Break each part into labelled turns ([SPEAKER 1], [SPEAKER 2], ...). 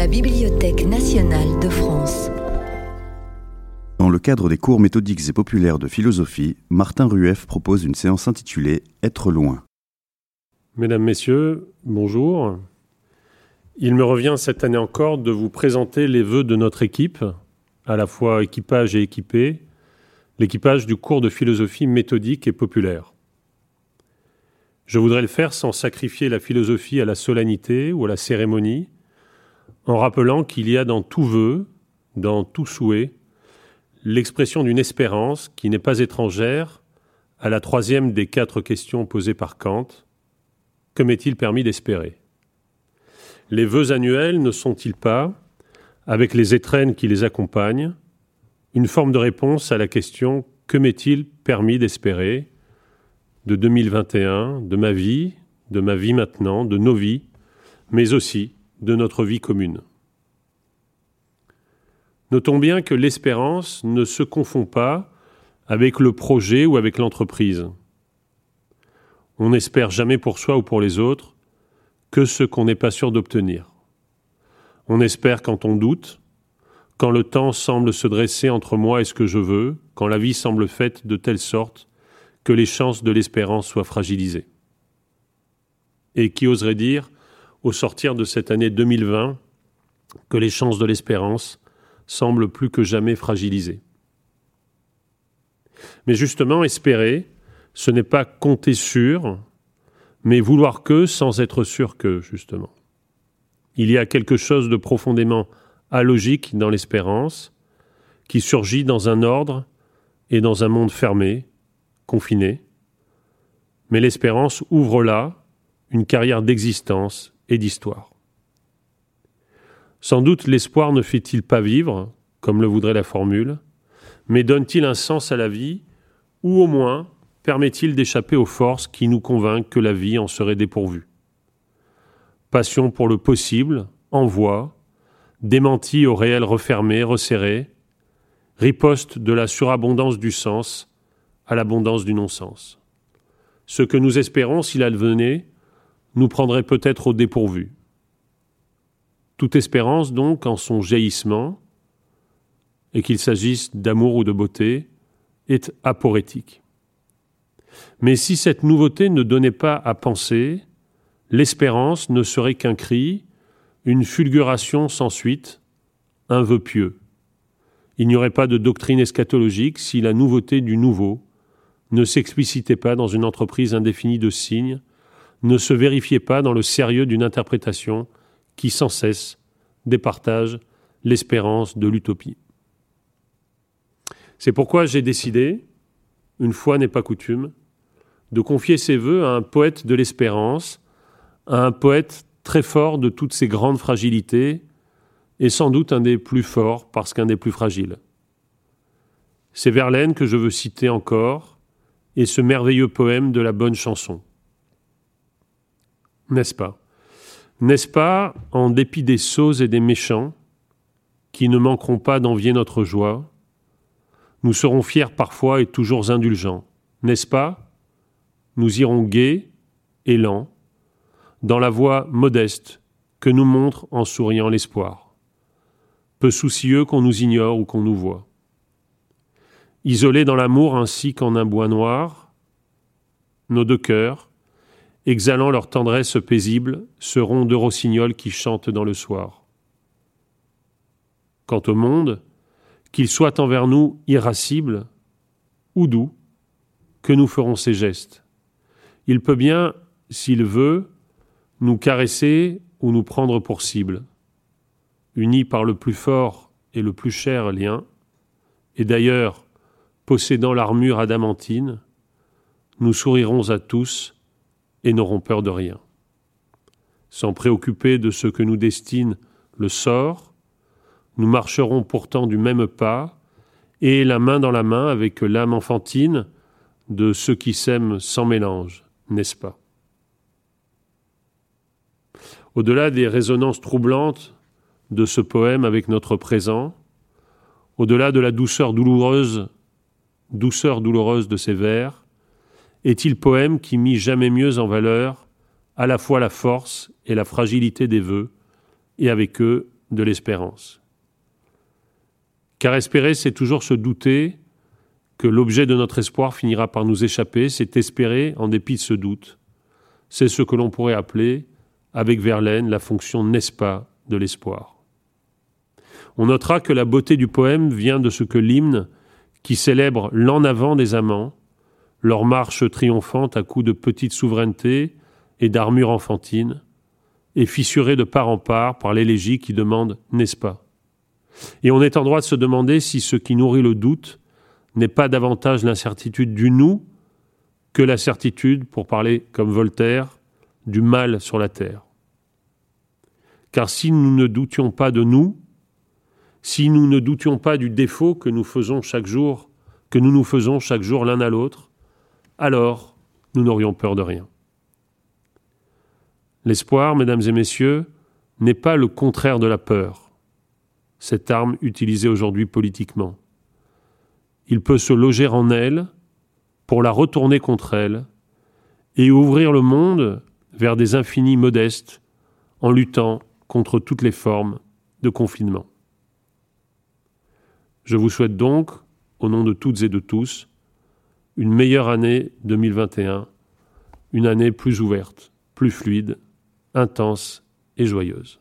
[SPEAKER 1] la Bibliothèque nationale de France.
[SPEAKER 2] Dans le cadre des cours méthodiques et populaires de philosophie, Martin Rueff propose une séance intitulée « Être loin ».
[SPEAKER 3] Mesdames, Messieurs, bonjour. Il me revient cette année encore de vous présenter les vœux de notre équipe, à la fois équipage et équipé, l'équipage du cours de philosophie méthodique et populaire. Je voudrais le faire sans sacrifier la philosophie à la solennité ou à la cérémonie, en rappelant qu'il y a dans tout vœu, dans tout souhait, l'expression d'une espérance qui n'est pas étrangère à la troisième des 4 questions posées par Kant. Que m'est-il permis d'espérer ? Les vœux annuels ne sont-ils pas, avec les étrennes qui les accompagnent, une forme de réponse à la question « Que m'est-il permis d'espérer ?» de 2021, de ma vie maintenant, de nos vies, mais aussi de notre vie commune. Notons bien que l'espérance ne se confond pas avec le projet ou avec l'entreprise. On n'espère jamais pour soi ou pour les autres que ce qu'on n'est pas sûr d'obtenir. On espère quand on doute, quand le temps semble se dresser entre moi et ce que je veux, quand la vie semble faite de telle sorte que les chances de l'espérance soient fragilisées. Et qui oserait dire, au sortir de cette année 2020, que les chances de l'espérance semblent plus que jamais fragilisées. Mais justement, espérer, ce n'est pas compter sur, mais vouloir que sans être sûr que, justement. Il y a quelque chose de profondément allogique dans l'espérance, qui surgit dans un ordre et dans un monde fermé, confiné. Mais l'espérance ouvre là une carrière d'existence et d'histoire. Sans doute l'espoir ne fait-il pas vivre, comme le voudrait la formule, mais donne-t-il un sens à la vie, ou au moins permet-il d'échapper aux forces qui nous convainquent que la vie en serait dépourvue ? Passion pour le possible, envoi, démenti au réel refermé, resserré, riposte de la surabondance du sens à l'abondance du non-sens. Ce que nous espérons, s'il advenait, nous prendrait peut-être au dépourvu. Toute espérance, donc, en son jaillissement, et qu'il s'agisse d'amour ou de beauté, est aporétique. Mais si cette nouveauté ne donnait pas à penser, l'espérance ne serait qu'un cri, une fulguration sans suite, un vœu pieux. Il n'y aurait pas de doctrine eschatologique si la nouveauté du nouveau ne s'explicitait pas dans une entreprise indéfinie de signes, ne se vérifiait pas dans le sérieux d'une interprétation qui sans cesse départage l'espérance de l'utopie. C'est pourquoi j'ai décidé, une fois n'est pas coutume, de confier ces vœux à un poète de l'espérance, à un poète très fort de toutes ses grandes fragilités, et sans doute un des plus forts parce qu'un des plus fragiles. C'est Verlaine que je veux citer encore, et ce merveilleux poème de la bonne chanson. N'est-ce pas ? N'est-ce pas, en dépit des sots et des méchants, qui ne manqueront pas d'envier notre joie, nous serons fiers parfois et toujours indulgents, n'est-ce pas ? Nous irons gais et lents, dans la voie modeste que nous montre en souriant l'espoir, peu soucieux qu'on nous ignore ou qu'on nous voit. Isolés dans l'amour ainsi qu'en un bois noir, nos 2 cœurs, exhalant leur tendresse paisible, seront 2 rossignols qui chantent dans le soir. Quant au monde, qu'il soit envers nous irascible ou doux, que nous ferons ces gestes. Il peut bien, s'il veut, nous caresser ou nous prendre pour cible, unis par le plus fort et le plus cher lien, et d'ailleurs, possédant l'armure adamantine, nous sourirons à tous et n'aurons peur de rien. Sans préoccuper de ce que nous destine le sort, nous marcherons pourtant du même pas, et la main dans la main avec l'âme enfantine de ceux qui s'aiment sans mélange, n'est-ce pas ? Au-delà des résonances troublantes de ce poème avec notre présent, au-delà de la douceur douloureuse de ces vers, est-il poème qui mit jamais mieux en valeur à la fois la force et la fragilité des vœux, et avec eux de l'espérance. Car espérer, c'est toujours se douter que l'objet de notre espoir finira par nous échapper, c'est espérer en dépit de ce doute. C'est ce que l'on pourrait appeler, avec Verlaine, la fonction n'est-ce pas de l'espoir. On notera que la beauté du poème vient de ce que l'hymne, qui célèbre l'en avant des amants, leur marche triomphante à coups de petite souveraineté et d'armure enfantine, est fissurée de part en part par l'élégie qui demande « n'est-ce pas ?» Et on est en droit de se demander si ce qui nourrit le doute n'est pas davantage l'incertitude du nous que la certitude, pour parler comme Voltaire, du mal sur la terre. Car si nous ne doutions pas de nous, si nous ne doutions pas du défaut que nous faisons chaque jour, que nous nous faisons chaque jour l'un à l'autre, alors nous n'aurions peur de rien. L'espoir, mesdames et messieurs, n'est pas le contraire de la peur, cette arme utilisée aujourd'hui politiquement. Il peut se loger en elle pour la retourner contre elle et ouvrir le monde vers des infinis modestes en luttant contre toutes les formes de confinement. Je vous souhaite donc, au nom de toutes et de tous, une meilleure année 2021, une année plus ouverte, plus fluide, intense et joyeuse.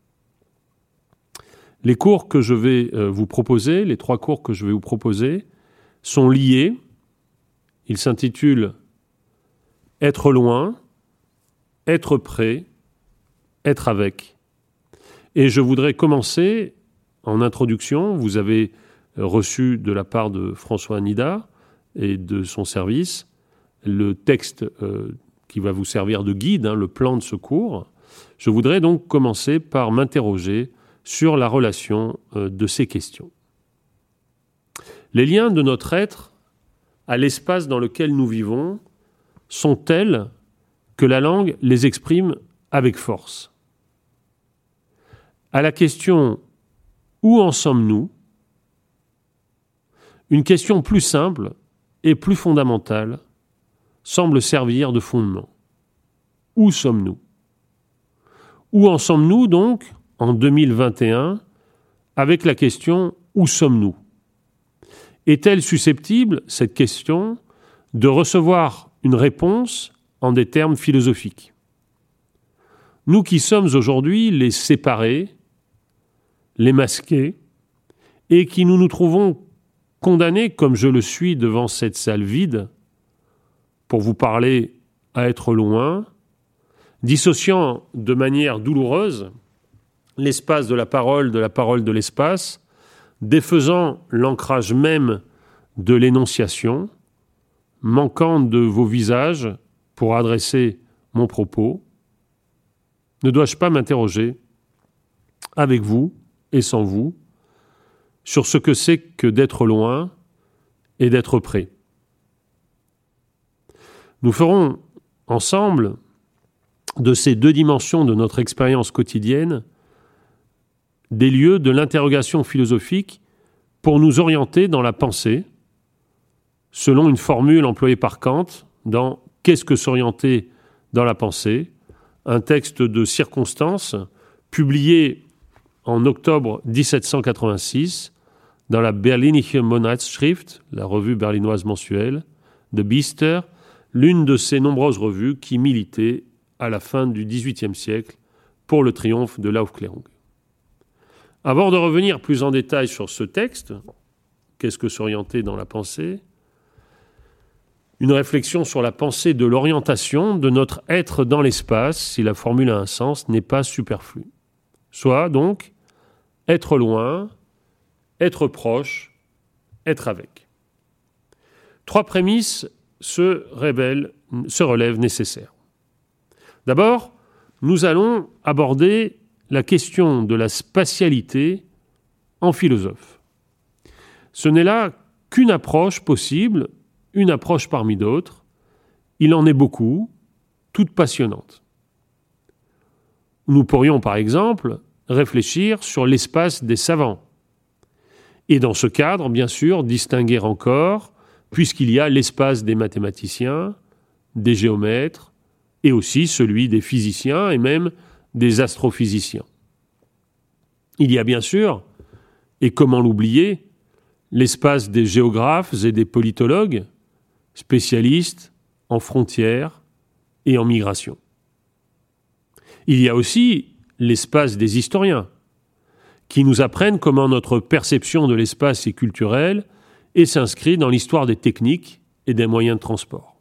[SPEAKER 3] Les cours que je vais vous proposer, les 3 cours que je vais vous proposer, sont liés. Ils s'intitulent « Être loin »,« Être près »,« Être avec ». Et je voudrais commencer en introduction. Vous avez reçu de la part de François Nida et de son service le texte qui va vous servir de guide, le plan de ce cours. Je voudrais donc commencer par m'interroger sur la relation de ces questions. Les liens de notre être à l'espace dans lequel nous vivons sont tels que la langue les exprime avec force. À la question « Où en sommes-nous ?», une question plus simple et plus fondamentale semble servir de fondement. Où sommes-nous ? Où en sommes-nous donc en 2021 avec la question « Où sommes-nous » ? Est-elle susceptible, cette question, de recevoir une réponse en des termes philosophiques ? Nous qui sommes aujourd'hui les séparés, les masqués, et qui nous trouvons condamnés, comme je le suis devant cette salle vide, pour vous parler à être loin, dissociant de manière douloureuse l'espace de la parole de l'espace, défaisant l'ancrage même de l'énonciation, manquant de vos visages pour adresser mon propos, ne dois-je pas m'interroger, avec vous et sans vous, sur ce que c'est que d'être loin et d'être près ? Nous ferons ensemble de ces 2 dimensions de notre expérience quotidienne des lieux de l'interrogation philosophique pour nous orienter dans la pensée, selon une formule employée par Kant dans « Qu'est-ce que s'orienter dans la pensée ?», un texte de circonstance publié en octobre 1786 dans la Berlinische Monatsschrift, la revue berlinoise mensuelle, de Biester, l'une de ces nombreuses revues qui militaient à la fin du XVIIIe siècle pour le triomphe de l'Aufklärung. Avant de revenir plus en détail sur ce texte, qu'est-ce que s'orienter dans la pensée ? Une réflexion sur la pensée de l'orientation de notre être dans l'espace, si la formule a un sens, n'est pas superflue. Soit donc, être loin, être proche, être avec. 3 prémices se relèvent nécessaires. D'abord, nous allons aborder la question de la spatialité en philosophe. Ce n'est là qu'une approche possible, une approche parmi d'autres. Il en est beaucoup, toutes passionnantes. Nous pourrions, par exemple, réfléchir sur l'espace des savants. Et dans ce cadre, bien sûr, distinguer encore, puisqu'il y a l'espace des mathématiciens, des géomètres, et aussi celui des physiciens et même des astrophysiciens. Il y a bien sûr, et comment l'oublier, l'espace des géographes et des politologues, spécialistes en frontières et en migration. Il y a aussi l'espace des historiens, qui nous apprennent comment notre perception de l'espace est culturelle et s'inscrit dans l'histoire des techniques et des moyens de transport.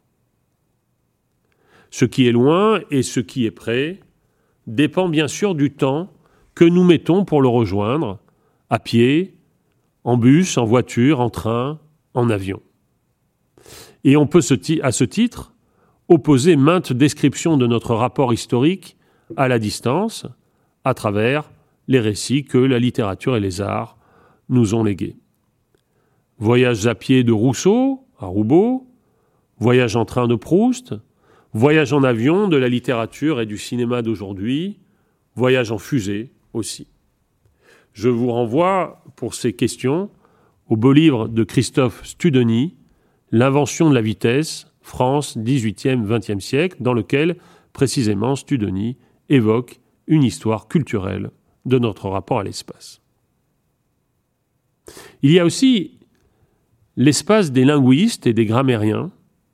[SPEAKER 3] Ce qui est loin et ce qui est près dépend bien sûr du temps que nous mettons pour le rejoindre, à pied, en bus, en voiture, en train, en avion. Et on peut, à ce titre, opposer maintes descriptions de notre rapport historique à la distance, à travers les récits que la littérature et les arts nous ont légués. Voyage à pied de Rousseau, à Roubaud, voyage en train de Proust, voyage en avion de la littérature et du cinéma d'aujourd'hui, voyage en fusée aussi. Je vous renvoie, pour ces questions, au beau livre de Christophe Studeny, L'invention de la vitesse, France, 18e, 20e siècle, dans lequel, précisément, Studeny évoque une histoire culturelle de notre rapport à l'espace. Il y a aussi l'espace des linguistes et des grammairiens,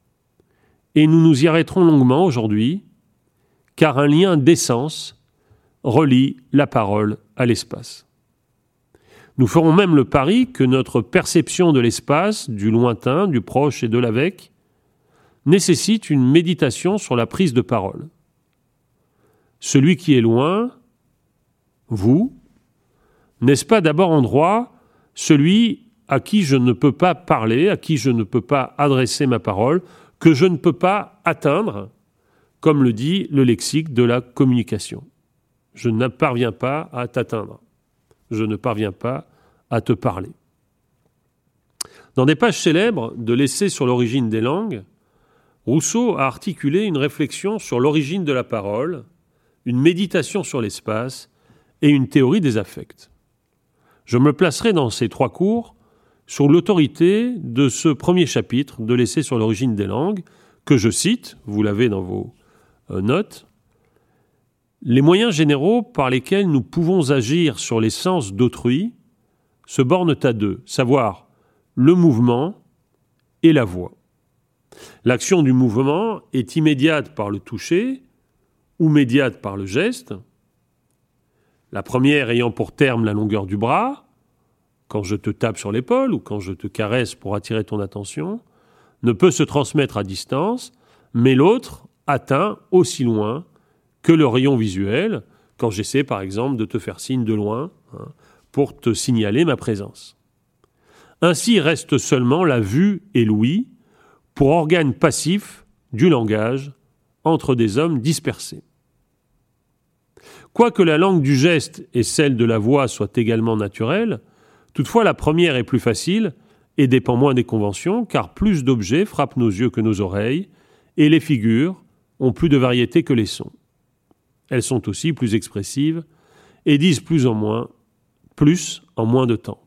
[SPEAKER 3] et nous nous y arrêterons longuement aujourd'hui, car un lien d'essence relie la parole à l'espace. Nous ferons même le pari que notre perception de l'espace, du lointain, du proche et de l'avec, nécessite une méditation sur la prise de parole. Celui qui est loin, vous, n'est-ce pas d'abord en droit celui à qui je ne peux pas parler, à qui je ne peux pas adresser ma parole, que je ne peux pas atteindre, comme le dit le lexique de la communication. Je ne parviens pas à t'atteindre. Je ne parviens pas à te parler. Dans des pages célèbres de l'essai sur l'origine des langues, Rousseau a articulé une réflexion sur l'origine de la parole, une méditation sur l'espace et une théorie des affects. Je me placerai dans ces trois cours sur l'autorité de ce premier chapitre de l'essai sur l'origine des langues, que je cite, vous l'avez dans vos notes. Les moyens généraux par lesquels nous pouvons agir sur les sens d'autrui se bornent à deux, savoir le mouvement et la voix. L'action du mouvement est immédiate par le toucher ou médiate par le geste, la première ayant pour terme la longueur du bras, quand je te tape sur l'épaule ou quand je te caresse pour attirer ton attention, ne peut se transmettre à distance, mais l'autre atteint aussi loin que le rayon visuel, quand j'essaie par exemple de te faire signe de loin, pour te signaler ma présence. Ainsi reste seulement la vue et l'ouïe pour organes passifs du langage entre des hommes dispersés. Quoique la langue du geste et celle de la voix soient également naturelles, toutefois la première est plus facile et dépend moins des conventions, car plus d'objets frappent nos yeux que nos oreilles, et les figures ont plus de variété que les sons. Elles sont aussi plus expressives et disent plus en moins de temps.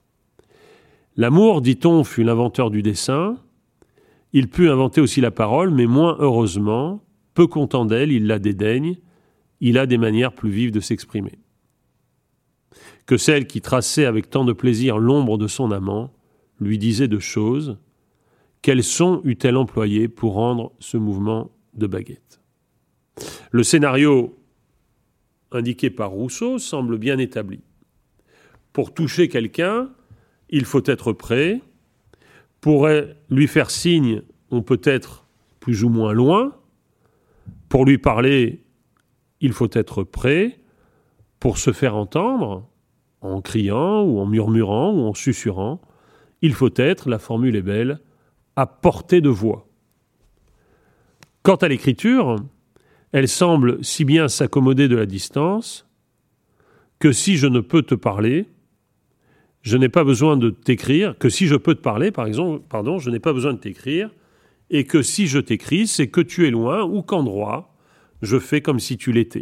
[SPEAKER 3] L'amour, dit-on, fut l'inventeur du dessin. Il put inventer aussi la parole, mais moins heureusement, peu content d'elle, il la dédaigne. Il a des manières plus vives de s'exprimer. Que celle qui traçait avec tant de plaisir l'ombre de son amant lui disait de choses, quel son eût-elle employé pour rendre ce mouvement de baguette? Le scénario indiqué par Rousseau semble bien établi. Pour toucher quelqu'un, il faut être prêt. Pour lui faire signe, on peut être plus ou moins loin. Pour lui parler, il faut être prêt. Pour se faire entendre, en criant ou en murmurant ou en susurrant, il faut être, la formule est belle, à portée de voix. Quant à l'écriture, elle semble si bien s'accommoder de la distance que si je ne peux te parler, je n'ai pas besoin de t'écrire, que si je peux te parler, je n'ai pas besoin de t'écrire, et que si je t'écris, c'est que tu es loin ou qu'en droit, je fais comme si tu l'étais.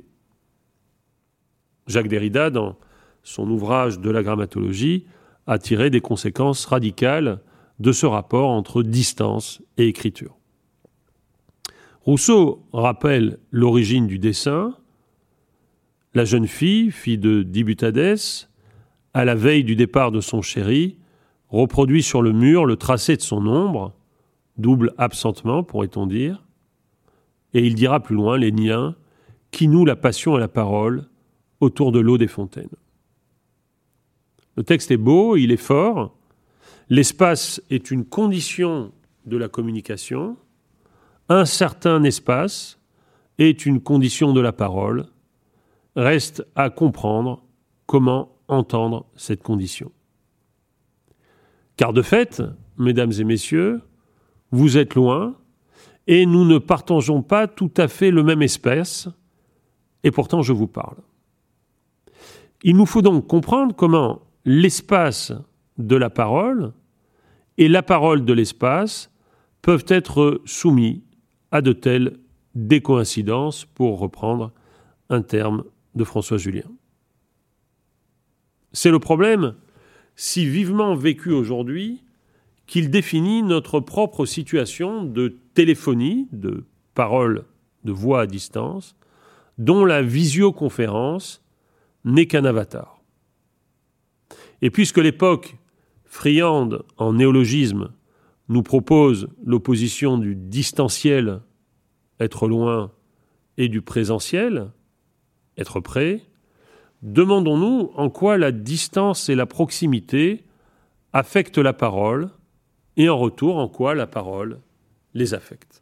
[SPEAKER 3] Jacques Derrida, dans son ouvrage de la grammatologie, a tiré des conséquences radicales de ce rapport entre distance et écriture. Rousseau rappelle l'origine du dessin, La jeune fille, fille de Dibutadès, à la veille du départ de son chéri, reproduit sur le mur le tracé de son ombre, double absentement, pourrait-on dire, et il dira plus loin les liens qui nouent la passion et la parole autour de l'eau des fontaines. Le texte est beau, il est fort. L'espace est une condition de la communication. Un certain espace est une condition de la parole. Reste à comprendre comment entendre cette condition. Car de fait, mesdames et messieurs, vous êtes loin et nous ne partageons pas tout à fait le même espace, et pourtant je vous parle. Il nous faut donc comprendre comment l'espace de la parole et la parole de l'espace peuvent être soumis à de telles décoïncidences, pour reprendre un terme de François Julien. C'est le problème si vivement vécu aujourd'hui qu'il définit notre propre situation de téléphonie, de parole, de voix à distance, dont la visioconférence n'est qu'un avatar. Et puisque l'époque, friande en néologisme, nous propose l'opposition du distanciel, être loin, et du présentiel, être près, demandons-nous en quoi la distance et la proximité affectent la parole, et en retour en quoi la parole les affecte.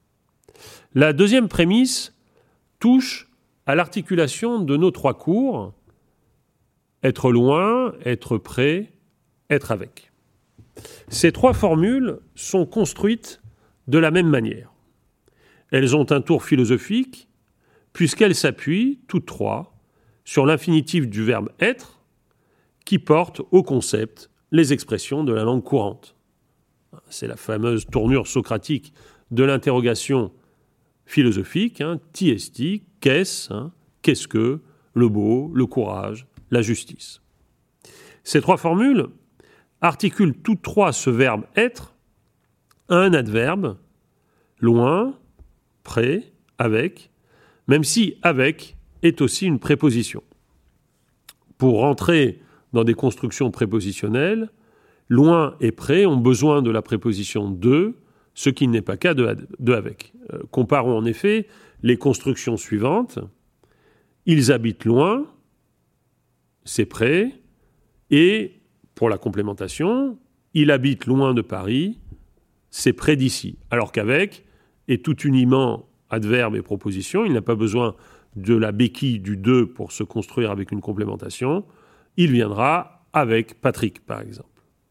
[SPEAKER 3] La deuxième prémisse touche à l'articulation de nos trois cours, être loin, être près, être avec. Ces trois formules sont construites de la même manière. Elles ont un tour philosophique, puisqu'elles s'appuient, toutes trois, sur l'infinitif du verbe « être », qui porte au concept les expressions de la langue courante. C'est la fameuse tournure socratique de l'interrogation philosophique, qui est-ce, qu'est-ce, qu'est-ce que, le beau, le courage, la justice. Ces trois formules articulent toutes trois ce verbe « être » à un adverbe, loin, près, avec, même si « avec » est aussi une préposition. Pour rentrer dans des constructions prépositionnelles, loin et près ont besoin de la préposition « de », ce qui n'est pas cas de « avec ». Comparons en effet les constructions suivantes. Ils habitent loin, c'est près, et pour la complémentation, il habite loin de Paris, c'est près d'ici. Alors qu'avec est tout uniment adverbe et proposition, il n'a pas besoin de la béquille du « de » pour se construire avec une complémentation. Il viendra avec Patrick, par exemple.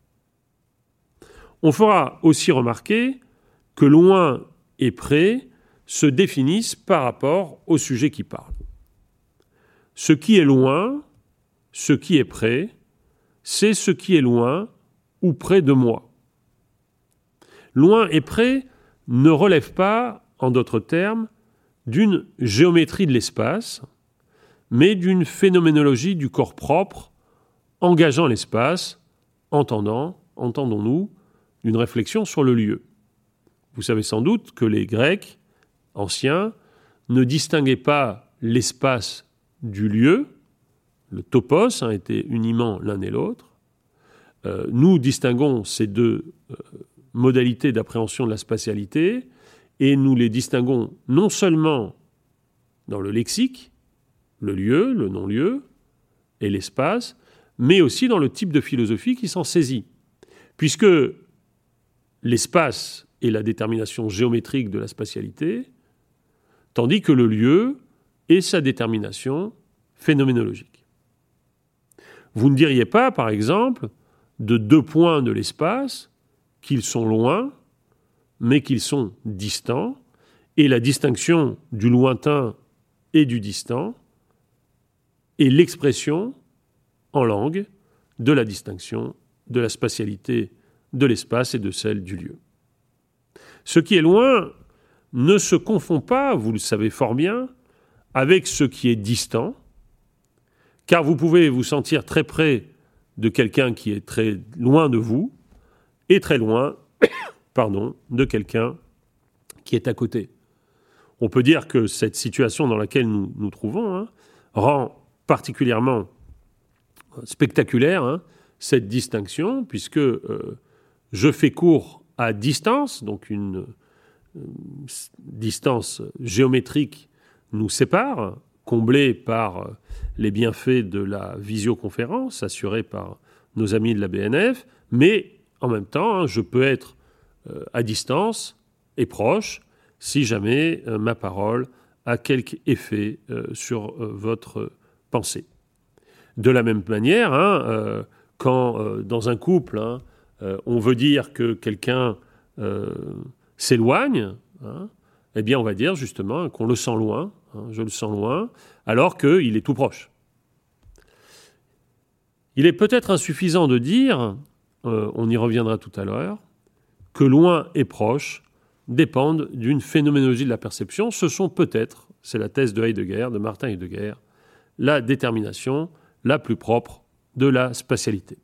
[SPEAKER 3] On fera aussi remarquer que loin et près se définissent par rapport au sujet qui parle. Ce qui est loin, ce qui est près, c'est ce qui est loin ou près de moi. Loin et près ne relèvent pas, en d'autres termes, d'une géométrie de l'espace, mais d'une phénoménologie du corps propre, engageant l'espace, entendons-nous, d'une réflexion sur le lieu. Vous savez sans doute que les Grecs anciens ne distinguaient pas l'espace du lieu, le topos était uniment l'un et l'autre. Nous distinguons ces deux modalités d'appréhension de la spatialité, et nous les distinguons non seulement dans le lexique, le lieu, le non-lieu et l'espace, mais aussi dans le type de philosophie qui s'en saisit. Puisque l'espace est la détermination géométrique de la spatialité, tandis que le lieu est sa détermination phénoménologique. Vous ne diriez pas, par exemple, de deux points de l'espace qu'ils sont loin, mais qu'ils sont distants, et la distinction du lointain et du distant est l'expression en langue de la distinction de la spatialité de l'espace et de celle du lieu. Ce qui est loin ne se confond pas, vous le savez fort bien, avec ce qui est distant, car vous pouvez vous sentir très près de quelqu'un qui est très loin de vous, et très loin de quelqu'un qui est à côté. On peut dire que cette situation dans laquelle nous nous trouvons rend particulièrement spectaculaire cette distinction, puisque je fais cours à distance, donc une distance géométrique nous sépare, comblée par les bienfaits de la visioconférence assurée par nos amis de la BNF, mais en même temps, je peux être à distance et proche si jamais ma parole a quelque effet sur votre pensée. De la même manière, quand dans un couple, on veut dire que quelqu'un s'éloigne, eh bien on va dire justement qu'on le sent loin, je le sens loin, alors qu'il est tout proche. Il est peut-être insuffisant de dire, on y reviendra tout à l'heure, que loin et proche dépendent d'une phénoménologie de la perception. Ce sont peut-être, c'est la thèse de Heidegger, de Martin Heidegger, la détermination la plus propre de la spatialité.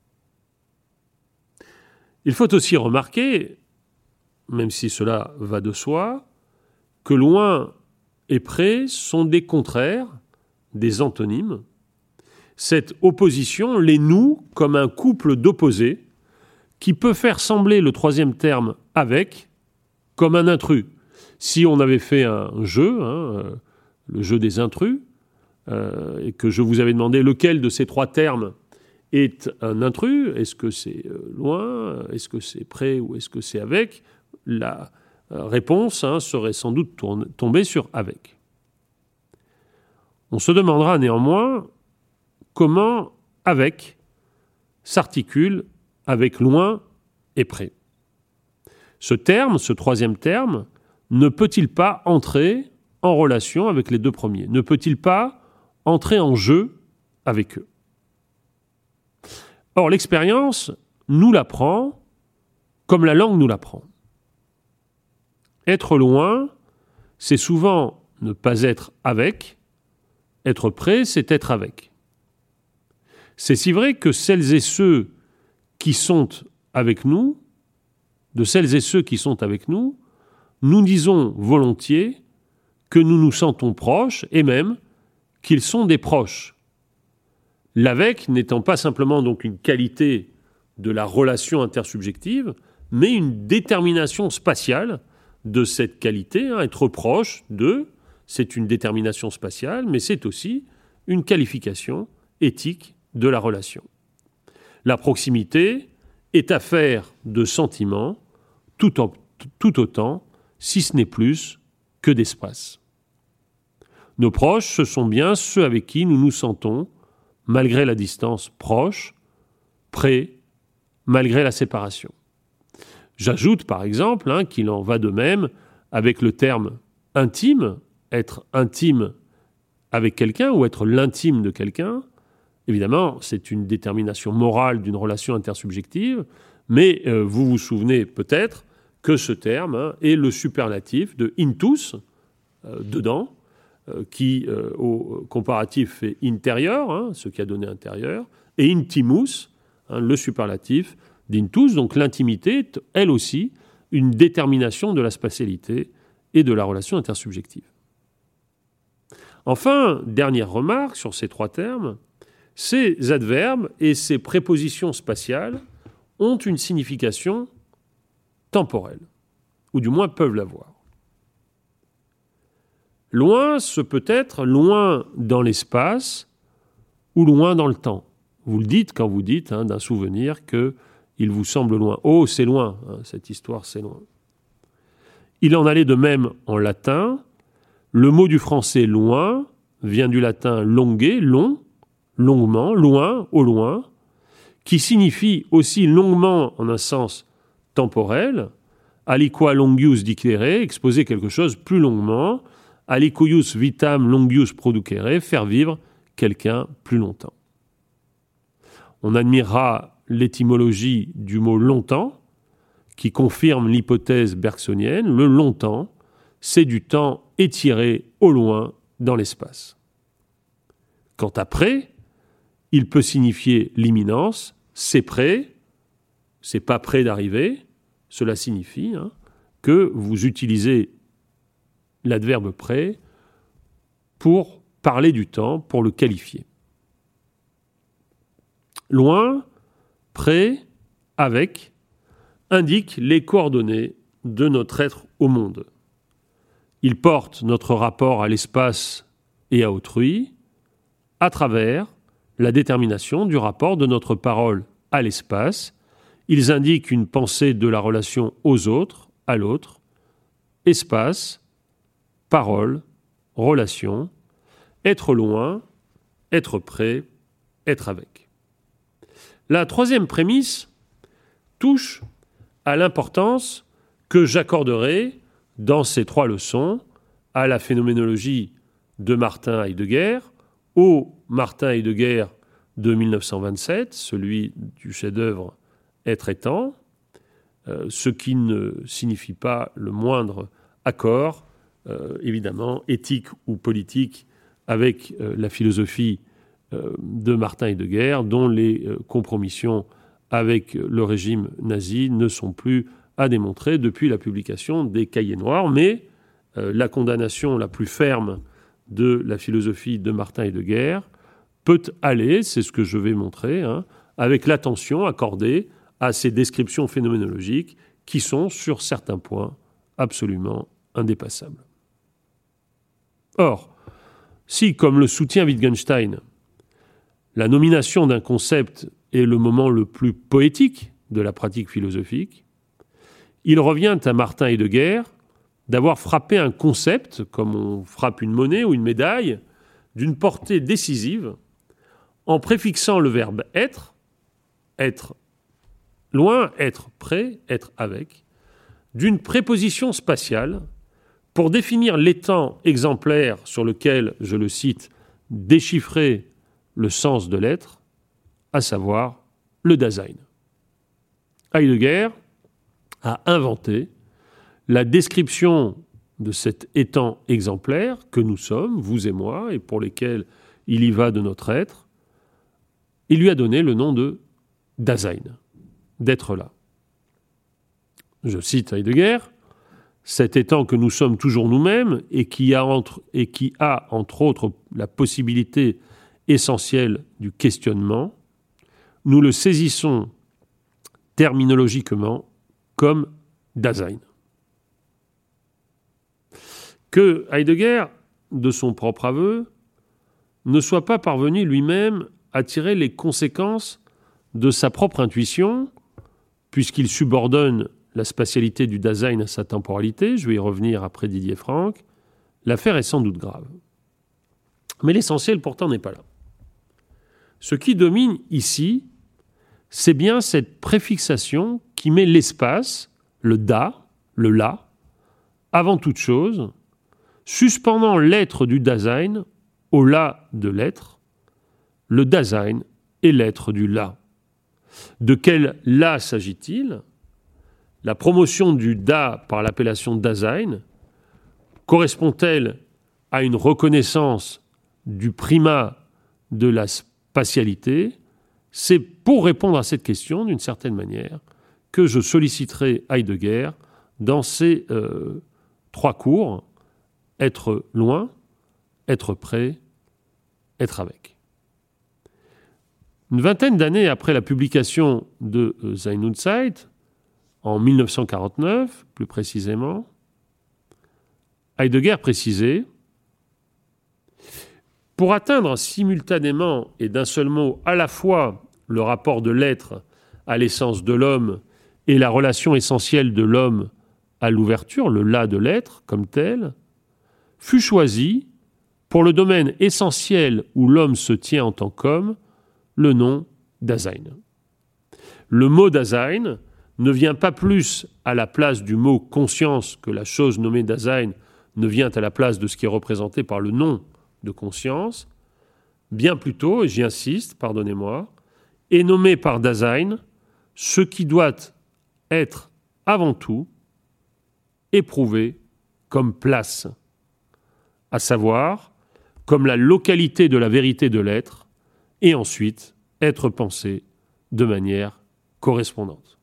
[SPEAKER 3] Il faut aussi remarquer, même si cela va de soi, que loin et près sont des contraires, des antonymes. Cette opposition les noue comme un couple d'opposés qui peut faire sembler le troisième terme « avec » comme un intrus. Si on avait fait un jeu, le jeu des intrus, et que je vous avais demandé lequel de ces trois termes est un intrus, est-ce que c'est loin, est-ce que c'est près ou est-ce que c'est avec, la réponse serait sans doute tombée sur avec. On se demandera néanmoins comment avec s'articule avec loin et près. Ce terme, ce troisième terme, ne peut-il pas entrer en relation avec les deux premiers? Ne peut-il pas entrer en jeu avec eux? Or, l'expérience nous l'apprend comme la langue nous l'apprend. Être loin, c'est souvent ne pas être avec. Être près, c'est être avec. C'est si vrai que celles et ceux qui sont avec nous, de celles et ceux qui sont avec nous, nous disons volontiers que nous nous sentons proches et même qu'ils sont des proches. L'avec n'étant pas simplement donc une qualité de la relation intersubjective, mais une détermination spatiale de cette qualité. Être proche d'eux, c'est une détermination spatiale, mais c'est aussi une qualification éthique de la relation. La proximité est affaire de sentiments tout autant, si ce n'est plus, que d'espace. Nos proches, ce sont bien ceux avec qui nous nous sentons, malgré la distance, proches, près, malgré la séparation. J'ajoute par exemple qu'il en va de même avec le terme intime, être intime avec quelqu'un ou être l'intime de quelqu'un. Évidemment, c'est une détermination morale d'une relation intersubjective, mais vous vous souvenez peut-être que ce terme est le superlatif de intus, dedans, qui au comparatif fait intérieur, ce qui a donné intérieur, et intimus, le superlatif d'intus, donc l'intimité est elle aussi une détermination de la spatialité et de la relation intersubjective. Enfin, dernière remarque sur ces trois termes, ces adverbes et ces prépositions spatiales ont une signification temporelle, ou du moins peuvent l'avoir. Loin, ce peut être loin dans l'espace ou loin dans le temps. Vous le dites quand vous dites d'un souvenir qu'il vous semble loin. Oh, c'est loin, cette histoire, c'est loin. Il en allait de même en latin. Le mot du français loin vient du latin longue, long, longuement, loin, au loin, qui signifie aussi longuement en un sens temporel, aliqua longius dicere, exposer quelque chose plus longuement, aliquius vitam longius producere, faire vivre quelqu'un plus longtemps. On admirera l'étymologie du mot longtemps, qui confirme l'hypothèse bergsonienne. Le longtemps, c'est du temps étiré au loin dans l'espace. Quant à près, il peut signifier l'imminence, c'est près, c'est pas près d'arriver. Cela signifie que vous utilisez l'adverbe près pour parler du temps pour le qualifier. Loin, près, avec, indique les coordonnées de notre être au monde. Il porte notre rapport à l'espace et à autrui à travers la détermination du rapport de notre parole à l'espace. Ils indiquent une pensée de la relation aux autres, à l'autre, espace, parole, relation, être loin, être près, être avec. La troisième prémisse touche à l'importance que j'accorderai dans ces trois leçons à la phénoménologie de Martin Heidegger, au Martin Heidegger de 1927, celui du chef-d'œuvre Être et temps, ce qui ne signifie pas le moindre accord, évidemment, éthique ou politique, avec la philosophie de Martin Heidegger, dont les compromissions avec le régime nazi ne sont plus à démontrer depuis la publication des Cahiers noirs, mais la condamnation la plus ferme de la philosophie de Martin Heidegger peut aller, c'est ce que je vais montrer, avec l'attention accordée à ces descriptions phénoménologiques qui sont, sur certains points, absolument indépassables. Or, si, comme le soutient Wittgenstein, la nomination d'un concept est le moment le plus poétique de la pratique philosophique, il revient à Martin Heidegger d'avoir frappé un concept, comme on frappe une monnaie ou une médaille, d'une portée décisive, en préfixant le verbe être loin, être près, être avec, d'une préposition spatiale pour définir l'étang exemplaire sur lequel, je le cite, déchiffrer le sens de l'être, à savoir le Dasein. Heidegger a inventé la description de cet étang exemplaire que nous sommes, vous et moi, et pour lesquels il y va de notre être. Il lui a donné le nom de Dasein, d'être là. Je cite Heidegger, « Cet étang que nous sommes toujours nous-mêmes et qui a entre autres la possibilité essentielle du questionnement, nous le saisissons terminologiquement comme Dasein. » Que Heidegger, de son propre aveu, ne soit pas parvenu lui-même à tirer les conséquences de sa propre intuition, puisqu'il subordonne la spatialité du Dasein à sa temporalité, je vais y revenir après Didier Franck, l'affaire est sans doute grave. Mais l'essentiel pourtant n'est pas là. Ce qui domine ici, c'est bien cette préfixation qui met l'espace, le da, le là, avant toute chose, suspendant l'être du Dasein au là de l'être, le Dasein est l'être du là. De quel là s'agit-il ? La promotion du da par l'appellation Dasein correspond-elle à une reconnaissance du primat de la spatialité ? C'est pour répondre à cette question, d'une certaine manière, que je solliciterai Heidegger dans ces trois cours, être loin, être près, être avec. Une vingtaine d'années après la publication de Sein und Zeit, en 1949 plus précisément, Heidegger précisait « Pour atteindre simultanément et d'un seul mot à la fois le rapport de l'être à l'essence de l'homme et la relation essentielle de l'homme à l'ouverture, le là de l'être comme tel, fut choisi, pour le domaine essentiel où l'homme se tient en tant qu'homme, le nom Dasein. Le mot Dasein ne vient pas plus à la place du mot conscience que la chose nommée Dasein ne vient à la place de ce qui est représenté par le nom de conscience, bien plutôt, et j'y insiste, pardonnez-moi, est nommé par Dasein ce qui doit être avant tout éprouvé comme place, à savoir comme la localité de la vérité de l'être, et ensuite être pensé de manière correspondante.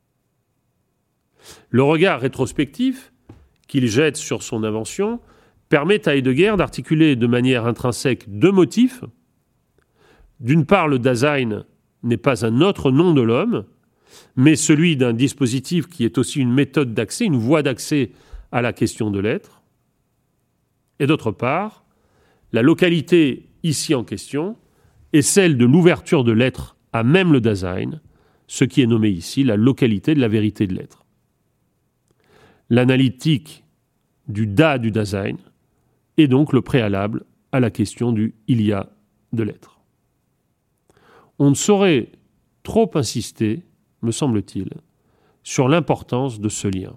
[SPEAKER 3] Le regard rétrospectif qu'il jette sur son invention permet à Heidegger d'articuler de manière intrinsèque deux motifs. D'une part, le Dasein n'est pas un autre nom de l'homme, mais celui d'un dispositif qui est aussi une méthode d'accès, une voie d'accès à la question de l'être. Et d'autre part, la localité ici en question est celle de l'ouverture de l'être à même le Dasein, ce qui est nommé ici la localité de la vérité de l'être. L'analytique du du Dasein est donc le préalable à la question du il y a de l'être. On ne saurait trop insister, me semble-t-il, sur l'importance de ce lien.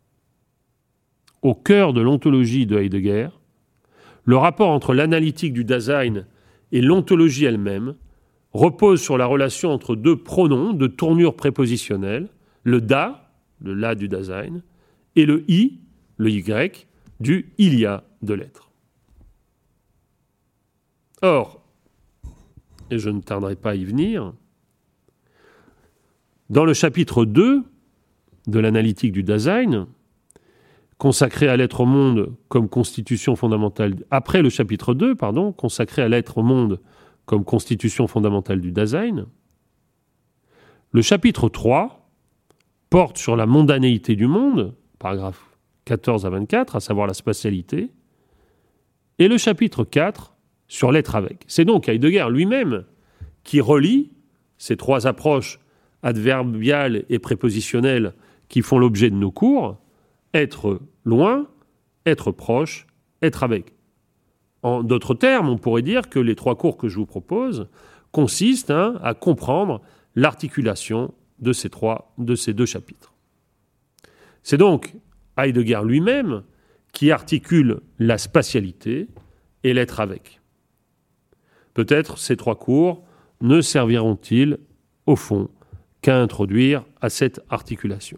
[SPEAKER 3] Au cœur de l'ontologie de Heidegger, le rapport entre l'analytique du Dasein et l'ontologie elle-même repose sur la relation entre deux pronoms de tournure prépositionnelle, le da, le la du Dasein, et le i, le y, du il y a de l'être. Or, et je ne tarderai pas à y venir, dans le chapitre 2 de l'analytique du Dasein, consacré à l'être au monde comme constitution fondamentale, après le chapitre 2, consacré à l'être au monde comme constitution fondamentale du Dasein, le chapitre 3 porte sur la mondanéité du monde, paragraphes 14 à 24, à savoir la spatialité, et le chapitre 4 sur l'être avec. C'est donc Heidegger lui-même qui relie ces trois approches adverbiales et prépositionnelles qui font l'objet de nos cours, être loin, être proche, être avec. En d'autres termes, on pourrait dire que les trois cours que je vous propose consistent à comprendre l'articulation de ces deux chapitres. C'est donc Heidegger lui-même qui articule la spatialité et l'être avec. Peut-être ces trois cours ne serviront-ils, au fond, qu'à introduire à cette articulation.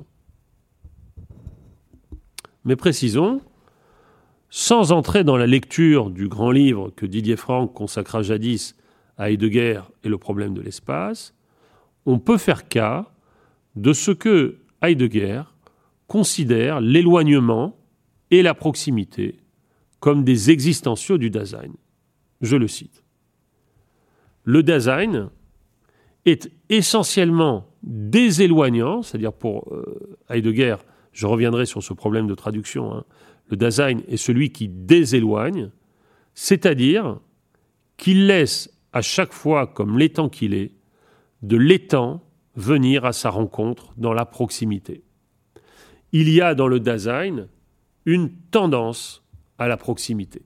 [SPEAKER 3] Mais précisons, sans entrer dans la lecture du grand livre que Didier Franck consacra jadis à Heidegger et le problème de l'espace, on peut faire cas de ce que Heidegger considère l'éloignement et la proximité comme des existentiaux du Dasein. Je le cite. Le Dasein est essentiellement déséloignant, c'est-à-dire pour Heidegger, je reviendrai sur ce problème de traduction, le Dasein est celui qui déséloigne, c'est-à-dire qu'il laisse à chaque fois, comme l'étant qu'il est, de l'étant venir à sa rencontre dans la proximité. Il y a dans le Dasein une tendance à la proximité.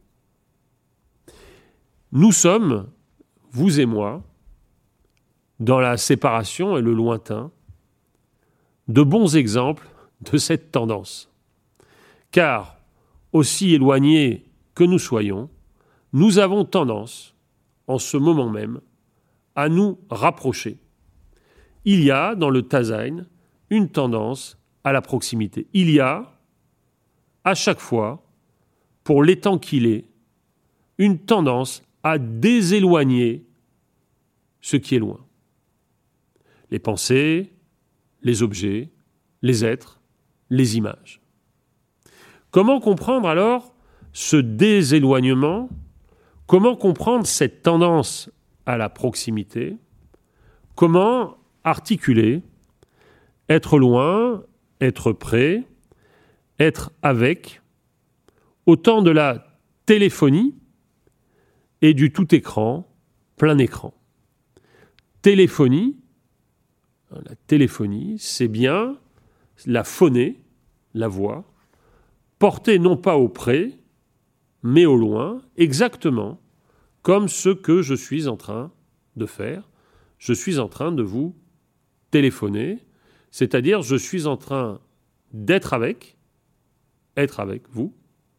[SPEAKER 3] Nous sommes, vous et moi, dans la séparation et le lointain, de bons exemples de cette tendance. Car, aussi éloignés que nous soyons, nous avons tendance, en ce moment même, à nous rapprocher. Il y a, dans le Dasein, une tendance à la proximité. Il y a, à chaque fois, pour l'étant qu'il est, une tendance à déséloigner ce qui est loin. Les pensées, les objets, les êtres, les images. Comment comprendre alors ce déséloignement? Comment comprendre cette tendance à la proximité? Comment articuler être loin, être près, être avec, autant de la téléphonie et du tout écran, plein écran. La téléphonie, c'est bien la phonée, la voix, portée non pas au près, mais au loin, exactement comme ce que je suis en train de faire. Je suis en train de vous téléphoner, c'est-à-dire je suis en train d'être avec vous,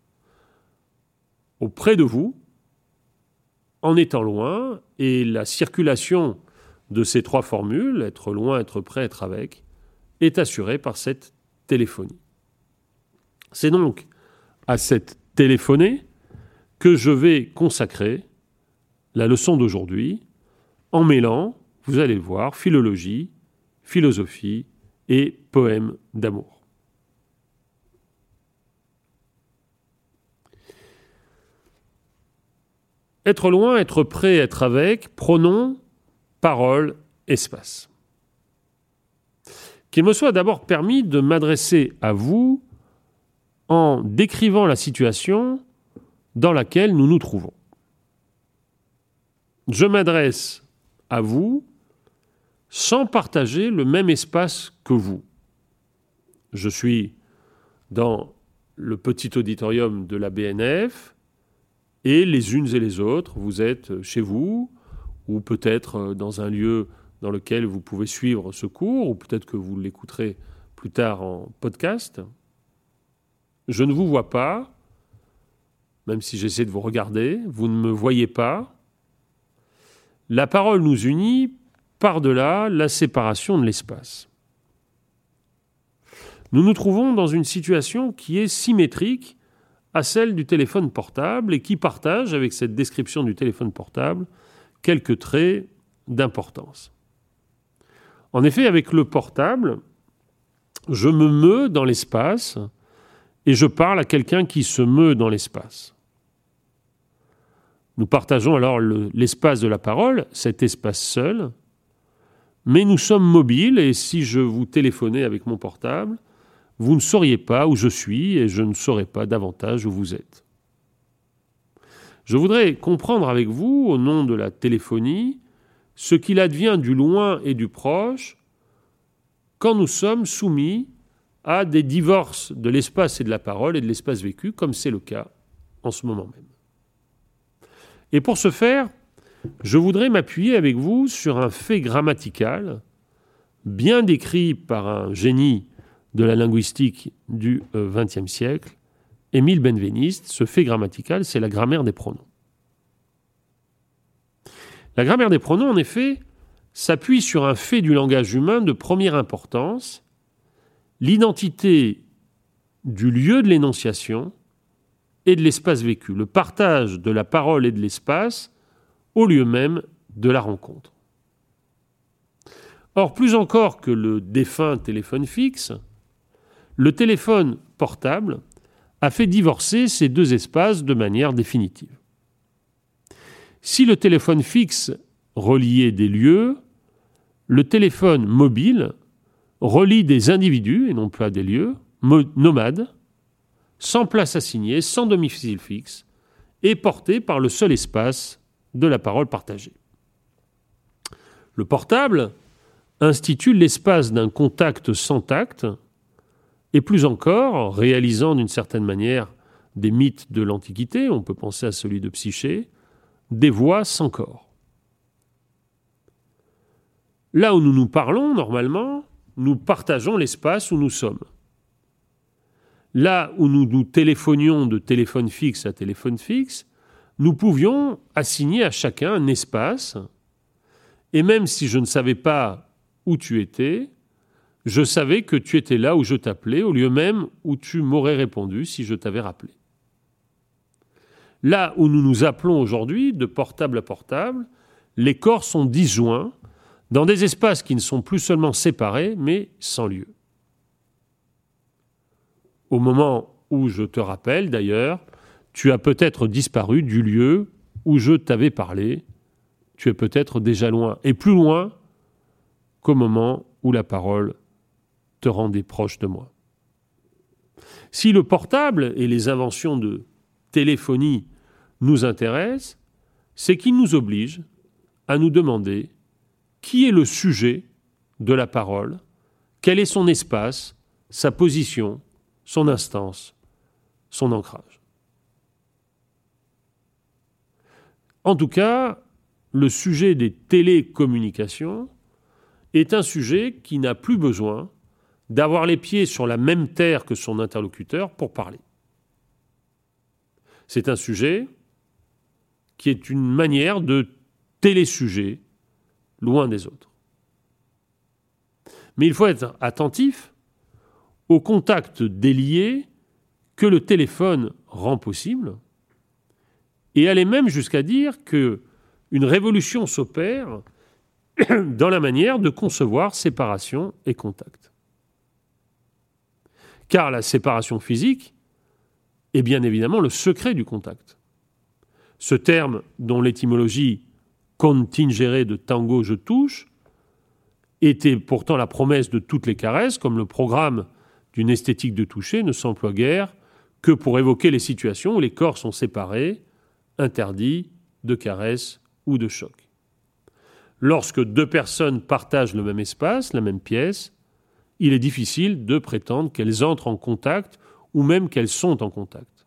[SPEAKER 3] auprès de vous, en étant loin, et la circulation de ces trois formules, être loin, être près, être avec, est assurée par cette téléphonie. C'est donc à cette téléphonée que je vais consacrer la leçon d'aujourd'hui en mêlant, vous allez le voir, philologie, philosophie et poème d'amour. Être loin, être près, être avec, pronom, parole, espace. Qu'il me soit d'abord permis de m'adresser à vous en décrivant la situation dans laquelle nous nous trouvons. Je m'adresse à vous sans partager le même espace que vous. Je suis dans le petit auditorium de la BNF et les unes et les autres, vous êtes chez vous ou peut-être dans un lieu dans lequel vous pouvez suivre ce cours ou peut-être que vous l'écouterez plus tard en podcast. Je ne vous vois pas, même si j'essaie de vous regarder, vous ne me voyez pas. La parole nous unit par-delà la séparation de l'espace. Nous nous trouvons dans une situation qui est symétrique à celle du téléphone portable et qui partage avec cette description du téléphone portable quelques traits d'importance. En effet, avec le portable, je me meus dans l'espace et je parle à quelqu'un qui se meut dans l'espace. Nous partageons alors l'espace de la parole, cet espace seul, mais nous sommes mobiles et si je vous téléphonais avec mon portable, vous ne sauriez pas où je suis et je ne saurais pas davantage où vous êtes. Je voudrais comprendre avec vous, au nom de la téléphonie, ce qu'il advient du loin et du proche quand nous sommes soumis à des divorces de l'espace et de la parole et de l'espace vécu, comme c'est le cas en ce moment même. Et pour ce faire, je voudrais m'appuyer avec vous sur un fait grammatical bien décrit par un génie de la linguistique du XXe siècle, Émile Benveniste. Ce fait grammatical, c'est la grammaire des pronoms. La grammaire des pronoms, en effet, s'appuie sur un fait du langage humain de première importance, l'identité du lieu de l'énonciation et de l'espace vécu, le partage de la parole et de l'espace au lieu même de la rencontre. Or, plus encore que le défunt téléphone fixe, le téléphone portable a fait divorcer ces deux espaces de manière définitive. Si le téléphone fixe reliait des lieux, le téléphone mobile relie des individus, et non pas des lieux, nomades, sans place assignée, sans domicile fixe, et portés par le seul espace de la parole partagée. Le portable institue l'espace d'un contact sans tact, et plus encore, réalisant d'une certaine manière des mythes de l'Antiquité, on peut penser à celui de Psyché, des voix sans corps. Là où nous nous parlons, normalement, nous partageons l'espace où nous sommes. Là où nous nous téléphonions de téléphone fixe à téléphone fixe, nous pouvions assigner à chacun un espace, et même si je ne savais pas où tu étais, je savais que tu étais là où je t'appelais, au lieu même où tu m'aurais répondu si je t'avais rappelé. Là où nous nous appelons aujourd'hui, de portable à portable, les corps sont disjoints dans des espaces qui ne sont plus seulement séparés, mais sans lieu. Au moment où je te rappelle, d'ailleurs, tu as peut-être disparu du lieu où je t'avais parlé. Tu es peut-être déjà loin, et plus loin qu'au moment où la parole te rendait proche de moi. Si le portable et les inventions de téléphonie nous intéressent, c'est qu'ils nous obligent à nous demander qui est le sujet de la parole, quel est son espace, sa position, son instance, son ancrage. En tout cas, le sujet des télécommunications est un sujet qui n'a plus besoin d'avoir les pieds sur la même terre que son interlocuteur pour parler. C'est un sujet qui est une manière de télésujet loin des autres. Mais il faut être attentif au contact délié que le téléphone rend possible et aller même jusqu'à dire qu'une révolution s'opère dans la manière de concevoir séparation et contact. Car la séparation physique est bien évidemment le secret du contact. Ce terme, dont l'étymologie contingere de tango je touche, était pourtant la promesse de toutes les caresses, comme le programme d'une esthétique de toucher ne s'emploie guère que pour évoquer les situations où les corps sont séparés, interdits de caresses ou de choc. Lorsque deux personnes partagent le même espace, la même pièce, il est difficile de prétendre qu'elles entrent en contact ou même qu'elles sont en contact.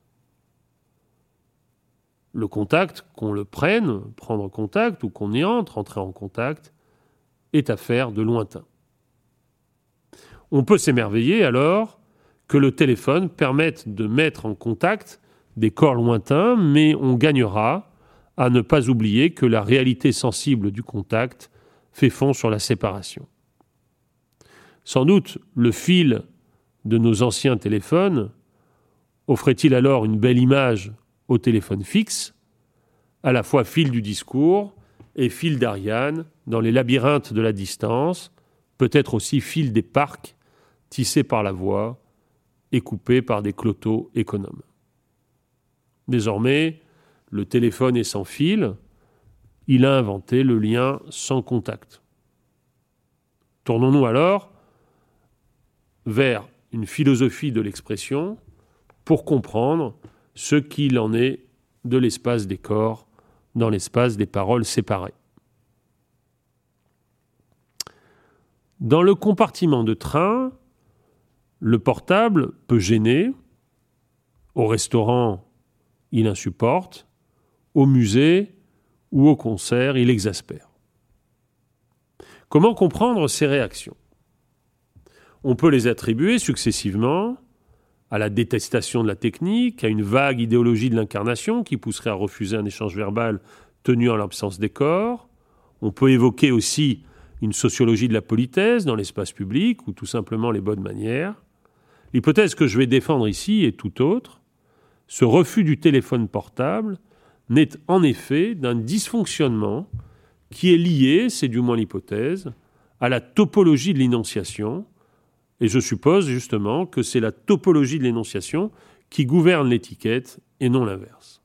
[SPEAKER 3] Le contact, qu'on le prenne, prendre contact, ou qu'on y entre, entrer en contact, est affaire de lointain. On peut s'émerveiller alors que le téléphone permette de mettre en contact des corps lointains, mais on gagnera à ne pas oublier que la réalité sensible du contact fait fond sur la séparation. Sans doute, le fil de nos anciens téléphones offrait-il alors une belle image au téléphone fixe, à la fois fil du discours et fil d'Ariane dans les labyrinthes de la distance, peut-être aussi fil des parcs tissés par la voix et coupés par des clotos économes. Désormais, le téléphone est sans fil, il a inventé le lien sans contact. Tournons-nous alors vers une philosophie de l'expression pour comprendre ce qu'il en est de l'espace des corps dans l'espace des paroles séparées. Dans le compartiment de train, le portable peut gêner. Au restaurant, il insupporte. Au musée ou au concert, il exaspère. Comment comprendre ces réactions ? On peut les attribuer successivement à la détestation de la technique, à une vague idéologie de l'incarnation qui pousserait à refuser un échange verbal tenu en l'absence des corps. On peut évoquer aussi une sociologie de la politesse dans l'espace public ou tout simplement les bonnes manières. L'hypothèse que je vais défendre ici est tout autre. Ce refus du téléphone portable naît en effet d'un dysfonctionnement qui est lié, c'est du moins l'hypothèse, à la topologie de l'énonciation. Et je suppose justement que c'est la topologie de l'énonciation qui gouverne l'étiquette et non l'inverse.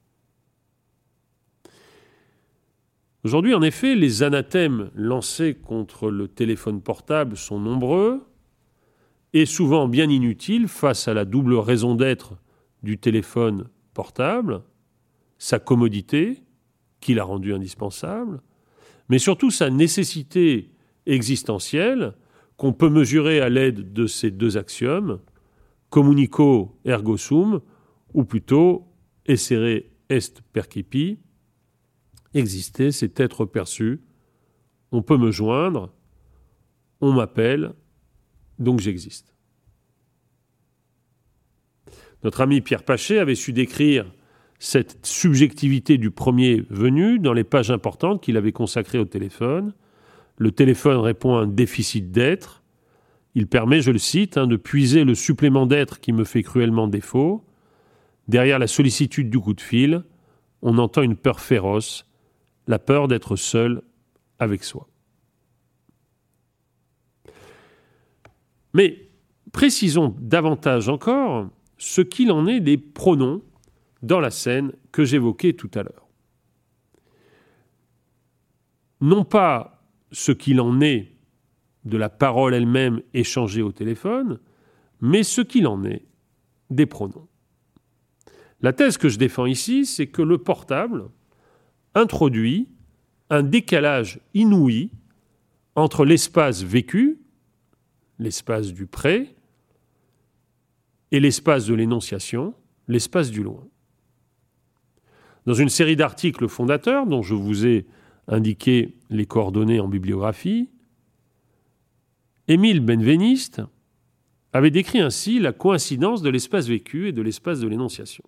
[SPEAKER 3] Aujourd'hui, en effet, les anathèmes lancés contre le téléphone portable sont nombreux et souvent bien inutiles face à la double raison d'être du téléphone portable, sa commodité, qui l'a rendu indispensable, mais surtout sa nécessité existentielle qu'on peut mesurer à l'aide de ces deux axiomes, communico ergo sum, ou plutôt essere est percipi, exister, c'est être perçu, on peut me joindre, on m'appelle, donc j'existe. Notre ami Pierre Pachet avait su décrire cette subjectivité du premier venu dans les pages importantes qu'il avait consacrées au téléphone. Le téléphone répond à un déficit d'être. Il permet, je le cite, de puiser le supplément d'être qui me fait cruellement défaut. Derrière la sollicitude du coup de fil, on entend une peur féroce, la peur d'être seul avec soi. Mais précisons davantage encore ce qu'il en est des pronoms dans la scène que j'évoquais tout à l'heure. Non pas ce qu'il en est de la parole elle-même échangée au téléphone, mais ce qu'il en est des pronoms. La thèse que je défends ici, c'est que le portable introduit un décalage inouï entre l'espace vécu, l'espace du pré, et l'espace de l'énonciation, l'espace du loin. Dans une série d'articles fondateurs, dont je vous ai indiqué les coordonnées en bibliographie, Émile Benveniste avait décrit ainsi la coïncidence de l'espace vécu et de l'espace de l'énonciation.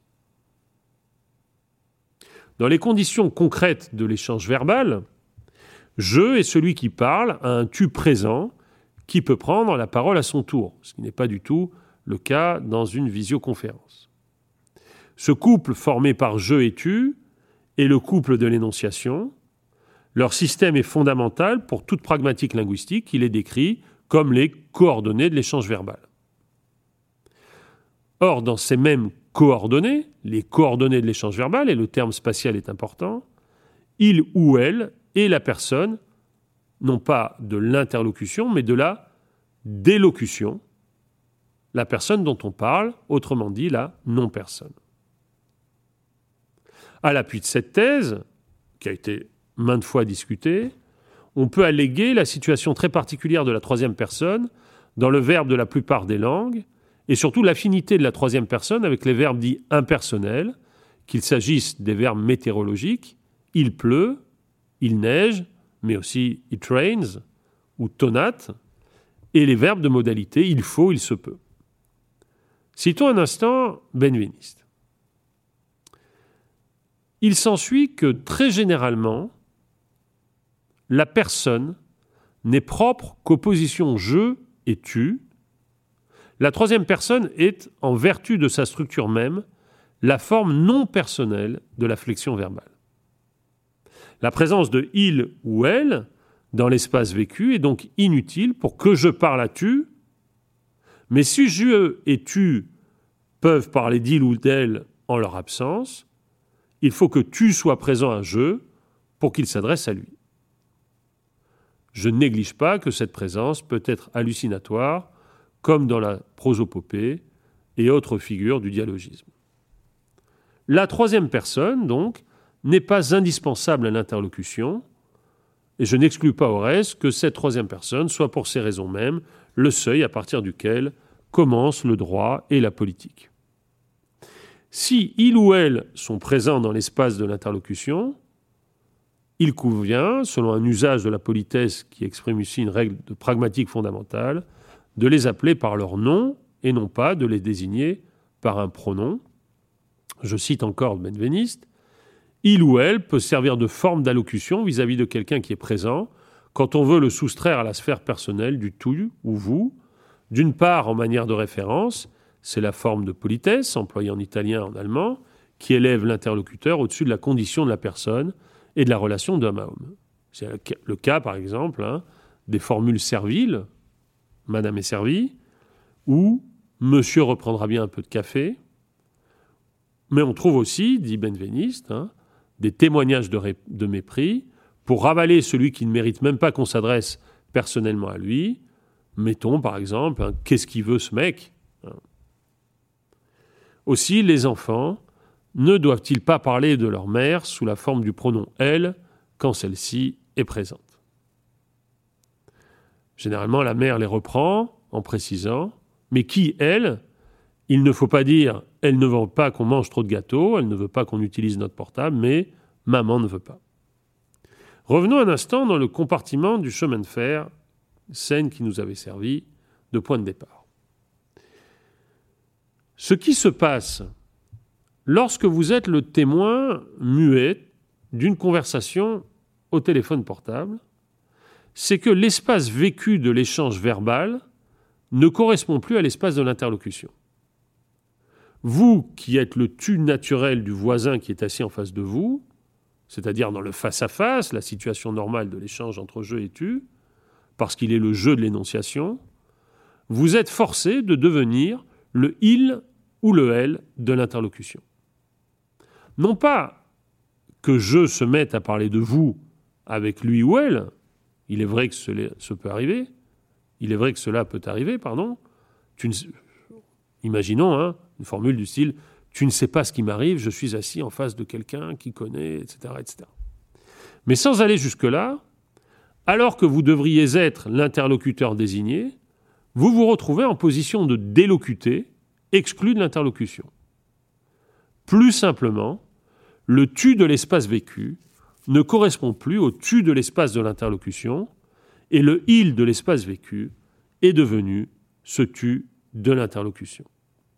[SPEAKER 3] Dans les conditions concrètes de l'échange verbal, je est celui qui parle à un tu présent qui peut prendre la parole à son tour, ce qui n'est pas du tout le cas dans une visioconférence. Ce couple formé par je et tu est le couple de l'énonciation. Leur système est fondamental pour toute pragmatique linguistique. Il est décrit comme les coordonnées de l'échange verbal. Or, dans ces mêmes coordonnées, les coordonnées de l'échange verbal, et le terme spatial est important, il ou elle est la personne, non pas de l'interlocution, mais de la délocution, la personne dont on parle, autrement dit la non-personne. À l'appui de cette thèse, qui a été maintes fois discutée, on peut alléguer la situation très particulière de la troisième personne dans le verbe de la plupart des langues, et surtout l'affinité de la troisième personne avec les verbes dits impersonnels, qu'il s'agisse des verbes météorologiques, il pleut, il neige, mais aussi it rains ou tonate, et les verbes de modalité il faut, il se peut. Citons un instant Benveniste. Il s'ensuit que très généralement, la personne n'est propre qu'aux positions je et tu. La troisième personne est, en vertu de sa structure même, la forme non personnelle de la flexion verbale. La présence de il ou elle dans l'espace vécu est donc inutile pour que je parle à tu, mais si je et tu peuvent parler d'il ou d'elle en leur absence, il faut que tu sois présent à je pour qu'il s'adresse à lui. Je ne néglige pas que cette présence peut être hallucinatoire, comme dans la prosopopée et autres figures du dialogisme. La troisième personne, donc, n'est pas indispensable à l'interlocution, et je n'exclus pas au reste que cette troisième personne soit pour ces raisons mêmes le seuil à partir duquel commence le droit et la politique. Si il ou elle sont présents dans l'espace de l'interlocution, il convient, selon un usage de la politesse qui exprime ici une règle de pragmatique fondamentale, de les appeler par leur nom et non pas de les désigner par un pronom. Je cite encore Benveniste. Il ou elle peut servir de forme d'allocution vis-à-vis de quelqu'un qui est présent quand on veut le soustraire à la sphère personnelle du tu ou vous. D'une part, en manière de référence, c'est la forme de politesse, employée en italien et en allemand, qui élève l'interlocuteur au-dessus de la condition de la personne et de la relation d'homme à homme. C'est le cas, par exemple, des formules serviles, « Madame est servie » ou « Monsieur reprendra bien un peu de café ». Mais on trouve aussi, dit Benveniste, des témoignages de mépris pour ravaler celui qui ne mérite même pas qu'on s'adresse personnellement à lui. Mettons, par exemple, « Qu'est-ce qu'il veut ce mec ?» Aussi, les enfants ne doivent-ils pas parler de leur mère sous la forme du pronom « elle » quand celle-ci est présente. Généralement, la mère les reprend en précisant « mais qui, elle ?» Il ne faut pas dire « elle ne veut pas qu'on mange trop de gâteaux, elle ne veut pas qu'on utilise notre portable, mais maman ne veut pas ». Revenons un instant dans le compartiment du chemin de fer, scène qui nous avait servi de point de départ. Ce qui se passe lorsque vous êtes le témoin muet d'une conversation au téléphone portable, c'est que l'espace vécu de l'échange verbal ne correspond plus à l'espace de l'interlocution. Vous, qui êtes le tu naturel du voisin qui est assis en face de vous, c'est-à-dire dans le face-à-face, la situation normale de l'échange entre je et tu, parce qu'il est le jeu de l'énonciation, vous êtes forcé de devenir le il ou le elle de l'interlocution. Non pas que je se mette à parler de vous avec lui ou elle, il est vrai que cela peut arriver, Imaginons une formule du style « tu ne sais pas ce qui m'arrive, je suis assis en face de quelqu'un qui connaît, etc. etc. » Mais sans aller jusque-là, alors que vous devriez être l'interlocuteur désigné, vous vous retrouvez en position de délocuté, exclu de l'interlocution. Plus simplement, le tu de l'espace vécu ne correspond plus au tu de l'espace de l'interlocution, et le il de l'espace vécu est devenu ce tu de l'interlocution.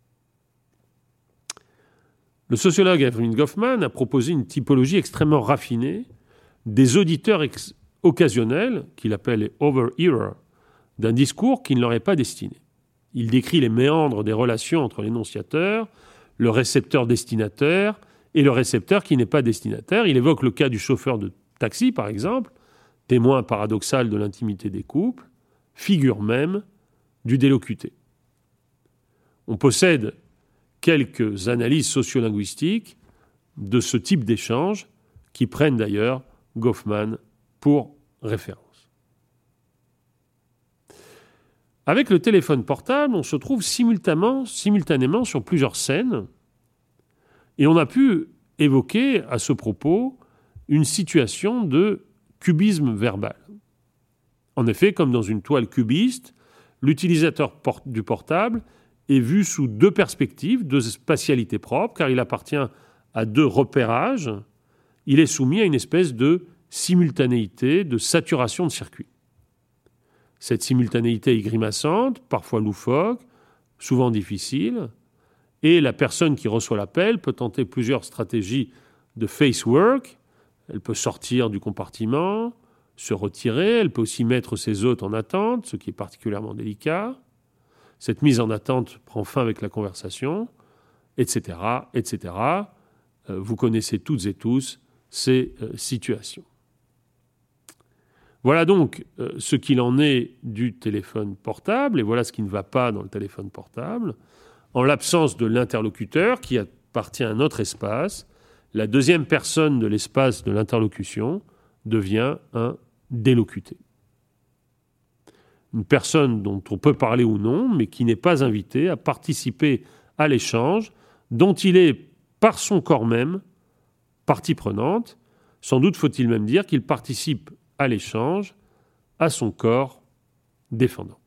[SPEAKER 3] Le sociologue Erving Goffman a proposé une typologie extrêmement raffinée des auditeurs occasionnels, qu'il appelle les overhearers, d'un discours qui ne leur est pas destiné. Il décrit les méandres des relations entre l'énonciateur, le récepteur-destinataire et le récepteur qui n'est pas destinataire. Il évoque le cas du chauffeur de taxi, par exemple, témoin paradoxal de l'intimité des couples, figure même du délocuté. On possède quelques analyses sociolinguistiques de ce type d'échange qui prennent d'ailleurs Goffman pour référence. Avec le téléphone portable, on se trouve simultanément sur plusieurs scènes et on a pu évoquer à ce propos une situation de cubisme verbal. En effet, comme dans une toile cubiste, l'utilisateur du portable est vu sous deux perspectives, deux spatialités propres, car il appartient à deux repérages. Il est soumis à une espèce de simultanéité, de saturation de circuits. Cette simultanéité est grimaçante, parfois loufoque, souvent difficile, et la personne qui reçoit l'appel peut tenter plusieurs stratégies de face work. Elle peut sortir du compartiment, se retirer, elle peut aussi mettre ses hôtes en attente, ce qui est particulièrement délicat. Cette mise en attente prend fin avec la conversation, etc., etc. Vous connaissez toutes et tous ces situations. Voilà donc ce qu'il en est du téléphone portable, et voilà ce qui ne va pas dans le téléphone portable. En l'absence de l'interlocuteur qui appartient à notre espace, la deuxième personne de l'espace de l'interlocution devient un délocuté. Une personne dont on peut parler ou non, mais qui n'est pas invitée à participer à l'échange, dont il est, par son corps même, partie prenante. Sans doute faut-il même dire qu'il participe à l'échange, à son corps défendant.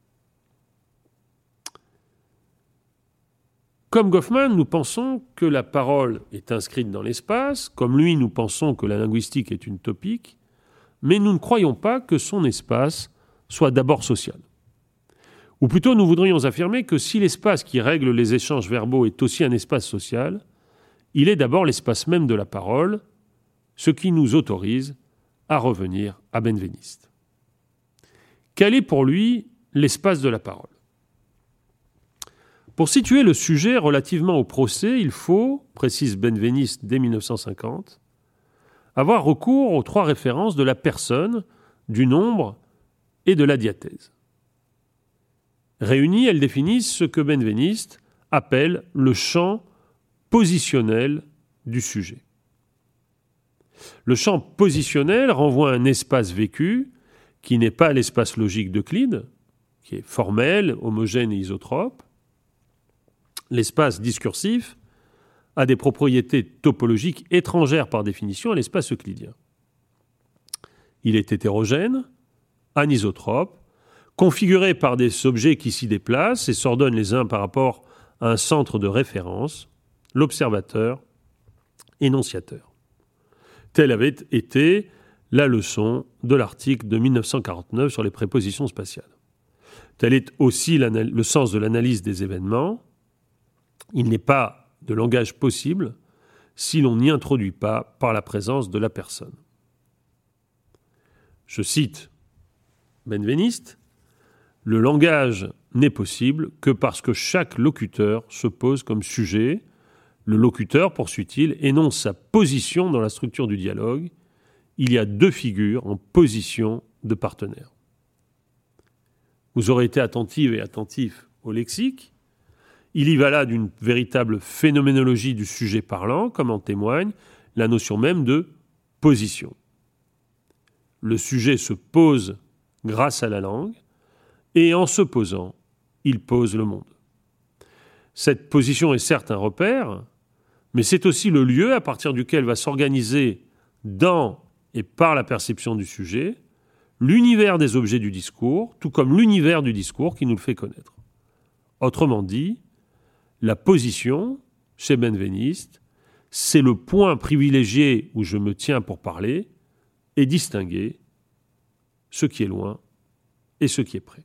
[SPEAKER 3] Comme Goffman, nous pensons que la parole est inscrite dans l'espace, comme lui, nous pensons que la linguistique est une topique, mais nous ne croyons pas que son espace soit d'abord social. Ou plutôt, nous voudrions affirmer que si l'espace qui règle les échanges verbaux est aussi un espace social, il est d'abord l'espace même de la parole, ce qui nous autorise à revenir à Benveniste. Quel est pour lui l'espace de la parole ? Pour situer le sujet relativement au procès, il faut, précise Benveniste dès 1950, avoir recours aux trois références de la personne, du nombre et de la diathèse. Réunies, elles définissent ce que Benveniste appelle le champ positionnel du sujet. Le champ positionnel renvoie à un espace vécu qui n'est pas l'espace logique d'Euclide, qui est formel, homogène et isotrope. L'espace discursif a des propriétés topologiques étrangères par définition à l'espace euclidien. Il est hétérogène, anisotrope, configuré par des objets qui s'y déplacent et s'ordonnent les uns par rapport à un centre de référence, l'observateur, énonciateur. Telle avait été la leçon de l'article de 1949 sur les prépositions spatiales. Tel est aussi le sens de l'analyse des événements. Il n'est pas de langage possible si l'on n'y introduit pas par la présence de la personne. Je cite Benveniste, « Le langage n'est possible que parce que chaque locuteur se pose comme sujet. Le locuteur, poursuit-il, énonce sa position dans la structure du dialogue. Il y a deux figures en position de partenaire. » Vous aurez été attentive et attentif au lexique. Il y va là d'une véritable phénoménologie du sujet parlant, comme en témoigne la notion même de position. Le sujet se pose grâce à la langue, et en se posant, il pose le monde. Cette position est certes un repère, mais c'est aussi le lieu à partir duquel va s'organiser dans et par la perception du sujet l'univers des objets du discours, tout comme l'univers du discours qui nous le fait connaître. Autrement dit, la position, chez Benveniste, c'est le point privilégié où je me tiens pour parler et distinguer ce qui est loin et ce qui est près.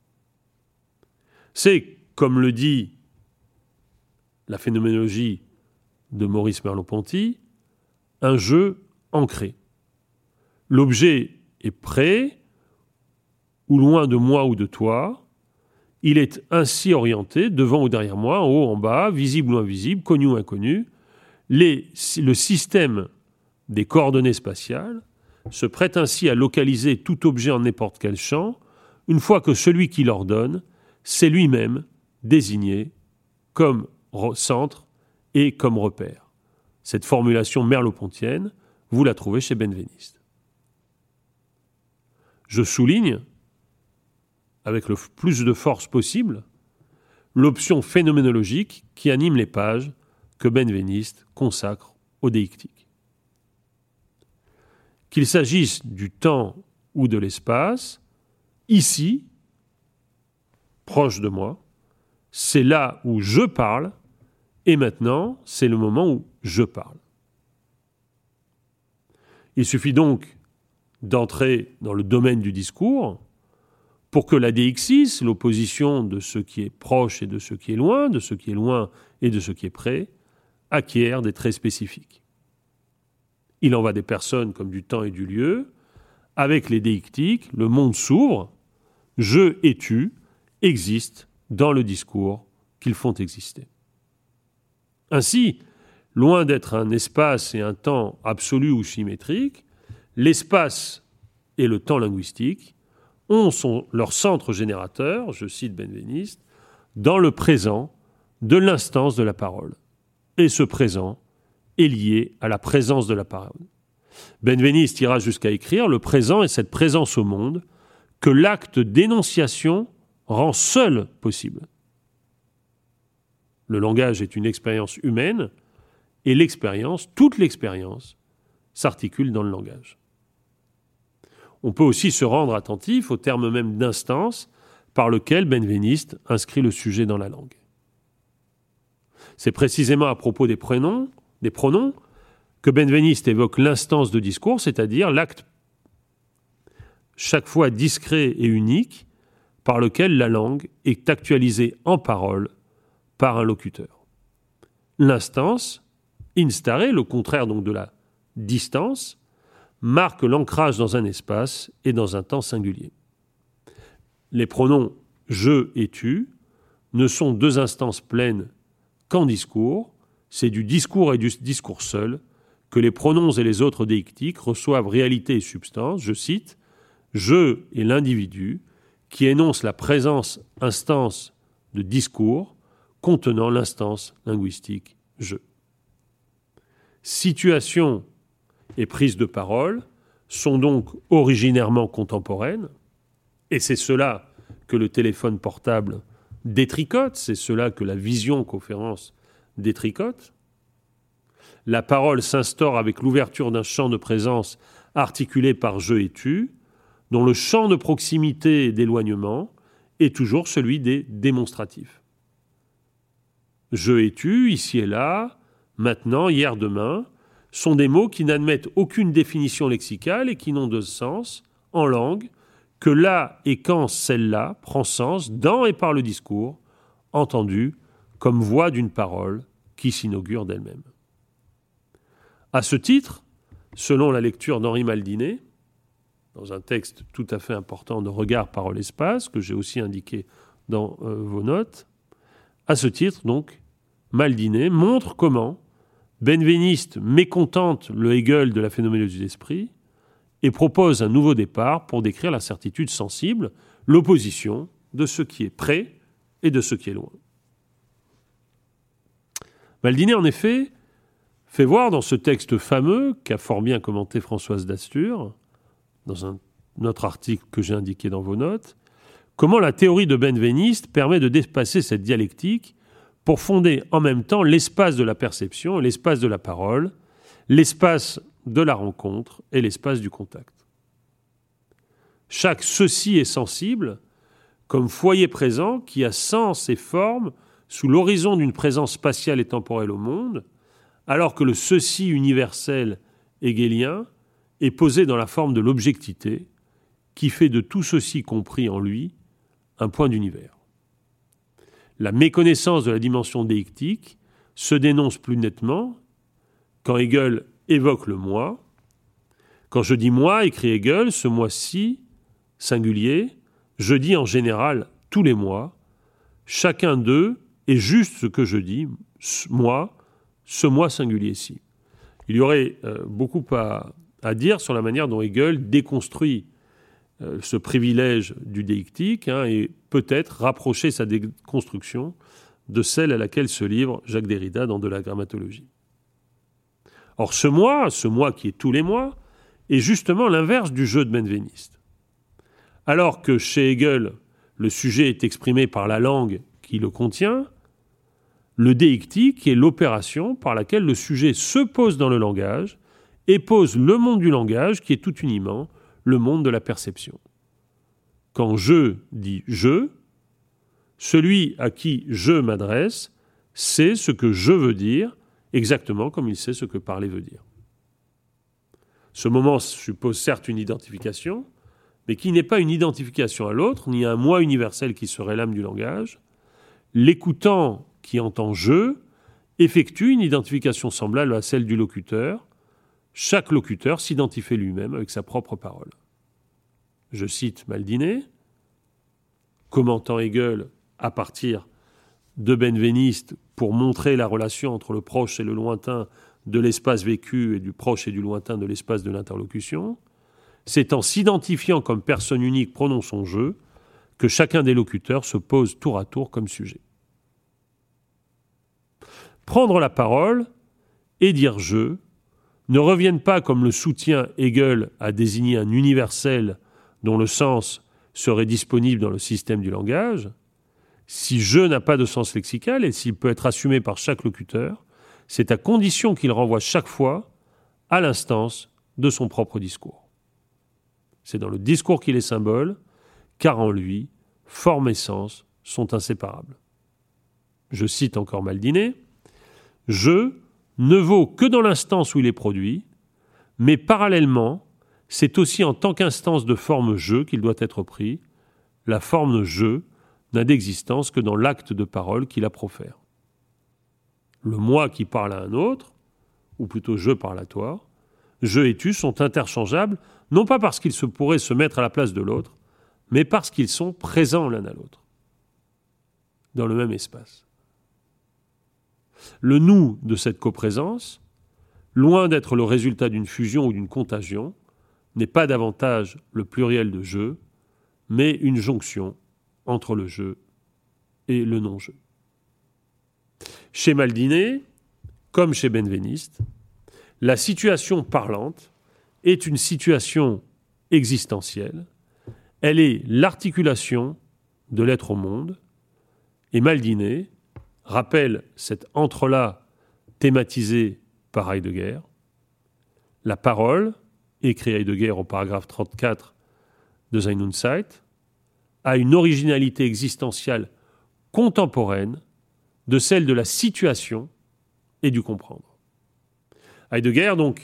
[SPEAKER 3] C'est, comme le dit la phénoménologie de Maurice Merleau-Ponty, un jeu ancré. L'objet est près ou loin de moi ou de toi. Il est ainsi orienté, devant ou derrière moi, en haut, en bas, visible ou invisible, connu ou inconnu. Le système des coordonnées spatiales se prête ainsi à localiser tout objet en n'importe quel champ, une fois que celui qui l'ordonne s'est lui-même désigné comme centre et comme repère. Cette formulation merleau-pontienne, vous la trouvez chez Benveniste. Je souligne, avec le plus de force possible, l'option phénoménologique qui anime les pages que Benveniste consacre au déictique. Qu'il s'agisse du temps ou de l'espace, ici, proche de moi, c'est là où je parle, et maintenant, c'est le moment où je parle. Il suffit donc d'entrer dans le domaine du discours pour que la déixis, l'opposition de ce qui est proche et de ce qui est loin, de ce qui est loin et de ce qui est près, acquiert des traits spécifiques. Il en va des personnes comme du temps et du lieu. Avec les déictiques, le monde s'ouvre, je et tu existent dans le discours qu'ils font exister. Ainsi, loin d'être un espace et un temps absolu ou symétriques, l'espace et le temps linguistique ont leur centre générateur, je cite Benveniste, dans le présent de l'instance de la parole. Et ce présent est lié à la présence de la parole. Benveniste ira jusqu'à écrire « Le présent est cette présence au monde que l'acte d'énonciation rend seul possible. » Le langage est une expérience humaine et l'expérience, toute l'expérience, s'articule dans le langage. On peut aussi se rendre attentif au terme même d'instance par lequel Benveniste inscrit le sujet dans la langue. C'est précisément à propos des pronoms que Benveniste évoque l'instance de discours, c'est-à-dire l'acte chaque fois discret et unique par lequel la langue est actualisée en parole par un locuteur. L'instance, instare, le contraire donc de la distance, marque l'ancrage dans un espace et dans un temps singulier. Les pronoms « je » et « tu » ne sont deux instances pleines qu'en discours, c'est du discours et du discours seul que les pronoms et les autres déictiques reçoivent réalité et substance, je cite, « je » est l'individu qui énonce la présence instance de discours contenant l'instance linguistique « je ». Situation et prise de parole sont donc originairement contemporaines, et c'est cela que le téléphone portable détricote, c'est cela que la visioconférence détricote. La parole s'instaure avec l'ouverture d'un champ de présence articulé par « je » et « tu », dont le champ de proximité et d'éloignement est toujours celui des démonstratifs. Je et tu, ici et là, maintenant, hier, demain, sont des mots qui n'admettent aucune définition lexicale et qui n'ont de sens, en langue, que là et quand celle-là prend sens dans et par le discours, entendu comme voix d'une parole qui s'inaugure d'elle-même. À ce titre, selon la lecture d'Henri Maldinet, dans un texte tout à fait important de Regard, parole, espace, que j'ai aussi indiqué dans vos notes, à ce titre, donc, Maldinet montre comment Benveniste mécontente le Hegel de la phénoménologie de l'esprit et propose un nouveau départ pour décrire la certitude sensible, l'opposition de ce qui est près et de ce qui est loin. Maldinet, en effet, fait voir dans ce texte fameux, qu'a fort bien commenté Françoise Dastur, dans un autre article que j'ai indiqué dans vos notes, comment la théorie de Benveniste permet de dépasser cette dialectique pour fonder en même temps l'espace de la perception, l'espace de la parole, l'espace de la rencontre et l'espace du contact. Chaque ceci est sensible comme foyer présent qui a sens et forme sous l'horizon d'une présence spatiale et temporelle au monde, alors que le ceci universel hegelien est posé dans la forme de l'objectivité qui fait de tout ceci compris en lui un point d'univers. La méconnaissance de la dimension déictique se dénonce plus nettement quand Hegel évoque le moi. Quand je dis moi, écrit Hegel, ce moi-ci, singulier, je dis en général tous les mois, chacun d'eux est juste ce que je dis, moi, ce moi singulier-ci. Il y aurait beaucoup à dire sur la manière dont Hegel déconstruit ce privilège du déictique et peut-être rapprocher sa déconstruction de celle à laquelle se livre Jacques Derrida dans De la grammatologie. Or, ce moi qui est tous les mois, est justement l'inverse du jeu de benveniste. Alors que chez Hegel, le sujet est exprimé par la langue qui le contient, le déictique est l'opération par laquelle le sujet se pose dans le langage et pose le monde du langage qui est tout uniment le monde de la perception. Quand je dis je, celui à qui je m'adresse sait ce que je veux dire exactement comme il sait ce que parler veut dire. Ce moment suppose certes une identification, mais qui n'est pas une identification à l'autre, ni un moi universel qui serait l'âme du langage. L'écoutant qui entend « je » effectue une identification semblable à celle du locuteur. Chaque locuteur s'identifie lui-même avec sa propre parole. Je cite Maldiné, commentant Hegel à partir de benveniste pour montrer la relation entre le proche et le lointain de l'espace vécu et du proche et du lointain de l'espace de l'interlocution. C'est en s'identifiant comme personne unique prononçant « je » que chacun des locuteurs se pose tour à tour comme sujet. Prendre la parole et dire « je » ne reviennent pas, comme le soutient Hegel, à désigner un universel dont le sens serait disponible dans le système du langage. Si « je » n'a pas de sens lexical et s'il peut être assumé par chaque locuteur, c'est à condition qu'il renvoie chaque fois à l'instance de son propre discours. C'est dans le discours qu'il est symbole, car en lui, forme et sens sont inséparables. Je cite encore Maldiné, « Je ne vaut que dans l'instance où il est produit, mais parallèlement, c'est aussi en tant qu'instance de forme « je » qu'il doit être pris. La forme « je » n'a d'existence que dans l'acte de parole qui la profère. Le moi qui parle à un autre, ou plutôt je parle à toi, je et tu sont interchangeables, non pas parce qu'ils se pourraient se mettre à la place de l'autre, mais parce qu'ils sont présents l'un à l'autre, dans le même espace. Le nous de cette coprésence, loin d'être le résultat d'une fusion ou d'une contagion, n'est pas davantage le pluriel de je, mais une jonction entre le je et le non-je. Chez Maldiné, comme chez benveniste, la situation parlante est une situation existentielle. Elle est l'articulation de l'être au monde. Et Maldiné rappelle cet entrelac thématisé par Heidegger. La parole, écrit Heidegger au paragraphe 34 de Sein und Zeit, a une originalité existentielle contemporaine de celle de la situation et du comprendre. Heidegger, donc,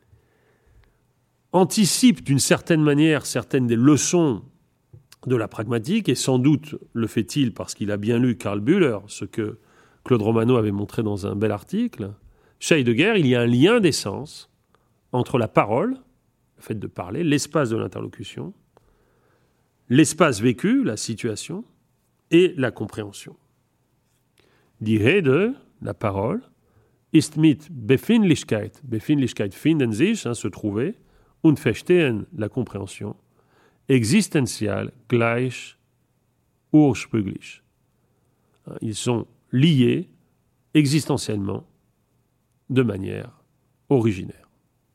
[SPEAKER 3] anticipe d'une certaine manière certaines des leçons de la pragmatique, et sans doute le fait-il parce qu'il a bien lu Karl Bühler, ce que Claude Romano avait montré dans un bel article. Chez Heidegger, il y a un lien d'essence entre la parole, le fait de parler, l'espace de l'interlocution, l'espace vécu, la situation, et la compréhension. Die Rede, la parole, ist mit Befindlichkeit, Befindlichkeit finden sich, se trouver, und verstehen, la compréhension, existential gleich ursprünglich. Ils sont liés existentiellement de manière originaire.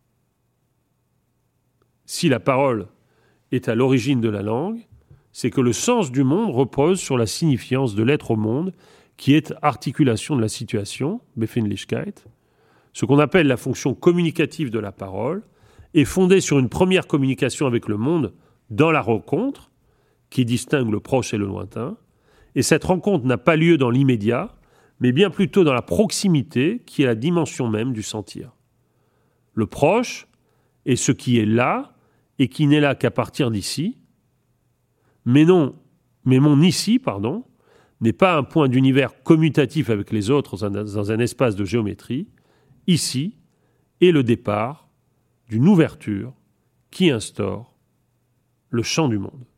[SPEAKER 3] Si la parole est à l'origine de la langue, c'est que le sens du monde repose sur la signifiance de l'être au monde qui est articulation de la situation, Befindlichkeit. Ce qu'on appelle la fonction communicative de la parole est fondée sur une première communication avec le monde dans la rencontre, qui distingue le proche et le lointain, et cette rencontre n'a pas lieu dans l'immédiat, mais bien plutôt dans la proximité, qui est la dimension même du sentir. Le proche est ce qui est là, et qui n'est là qu'à partir d'ici, mais mon ici, n'est pas un point d'univers commutatif avec les autres dans un espace de géométrie. Ici est le départ d'une ouverture qui instaure le champ du monde.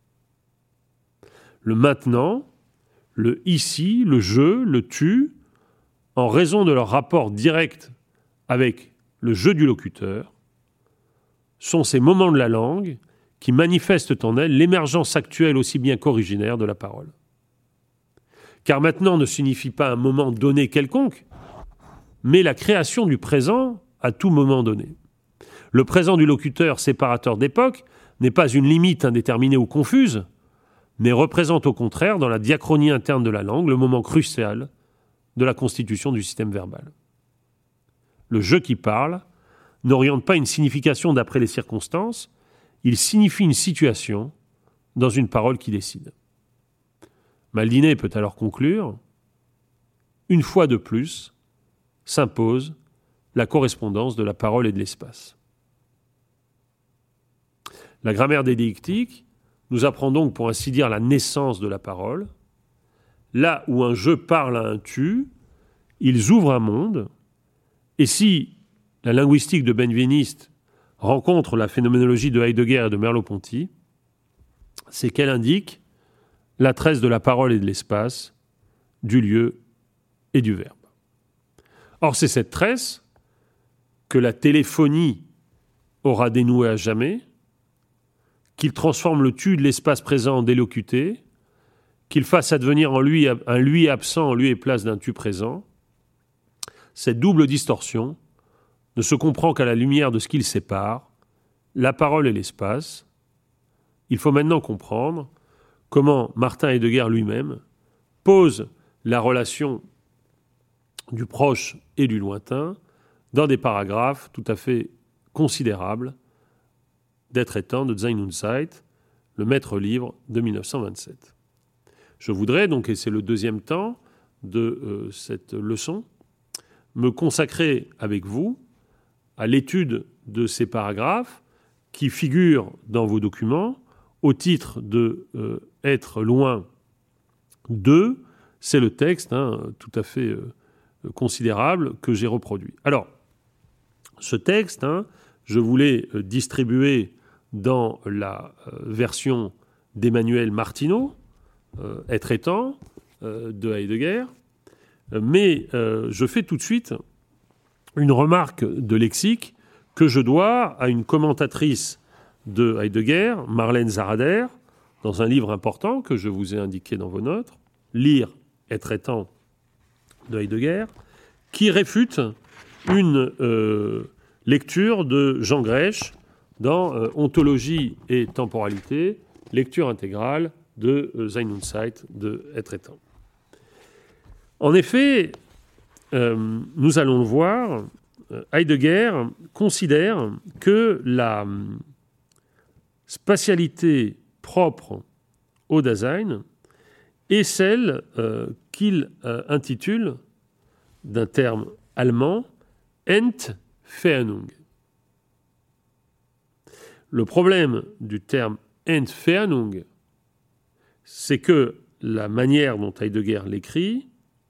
[SPEAKER 3] Le maintenant, le ici, le je, le tu, en raison de leur rapport direct avec le je du locuteur, sont ces moments de la langue qui manifestent en elle l'émergence actuelle aussi bien qu'originaire de la parole. car maintenant ne signifie pas un moment donné quelconque, mais la création du présent à tout moment donné. Le présent du locuteur séparateur d'époque n'est pas une limite indéterminée ou confuse, mais représente au contraire, dans la diachronie interne de la langue, le moment crucial de la constitution du système verbal. Le « je » qui parle n'oriente pas une signification d'après les circonstances, il signifie une situation dans une parole qui décide. Maldinet peut alors conclure « Une fois de plus, s'impose la correspondance de la parole et de l'espace ». La grammaire des déictiques nous apprend donc, pour ainsi dire, la naissance de la parole. Là où un « je » parle à un « tu », ils ouvrent un monde, et si la linguistique de Benveniste rencontre la phénoménologie de Heidegger et de Merleau-Ponty, c'est qu'elle indique la tresse de la parole et de l'espace, du lieu et du verbe. Or, c'est cette tresse que la téléphonie aura dénouée à jamais, qu'il transforme le tu de l'espace présent en délocuté, qu'il fasse advenir en lui un lui absent en lieu et place d'un tu présent. Cette double distorsion ne se comprend qu'à la lumière de ce qu'il sépare, la parole et l'espace. Il faut maintenant comprendre comment Martin Heidegger lui-même pose la relation du proche et du lointain dans des paragraphes tout à fait considérables d'Être étant de Sein und Zeit, le maître livre de 1927. Je voudrais donc, et c'est le deuxième temps de cette leçon, me consacrer avec vous à l'étude de ces paragraphes qui figurent dans vos documents au titre de Être loin de, c'est le texte tout à fait considérable que j'ai reproduit. Alors, ce texte, je voulais distribuer dans la version d'Emmanuel Martineau, Être étant, de Heidegger, mais je fais tout de suite une remarque de lexique que je dois à une commentatrice de Heidegger, Marlène Zarader, dans un livre important que je vous ai indiqué dans vos notes, Lire, Être étant, de Heidegger, qui réfute une lecture de Jean Grech dans Ontologie et temporalité, lecture intégrale de Sein und Zeit de Être étant. En effet, nous allons le voir, Heidegger considère que la spatialité propre au Dasein est celle qu'il intitule, d'un terme allemand, Entfernung. Le problème du terme Entfernung, c'est que la manière dont Heidegger l'écrit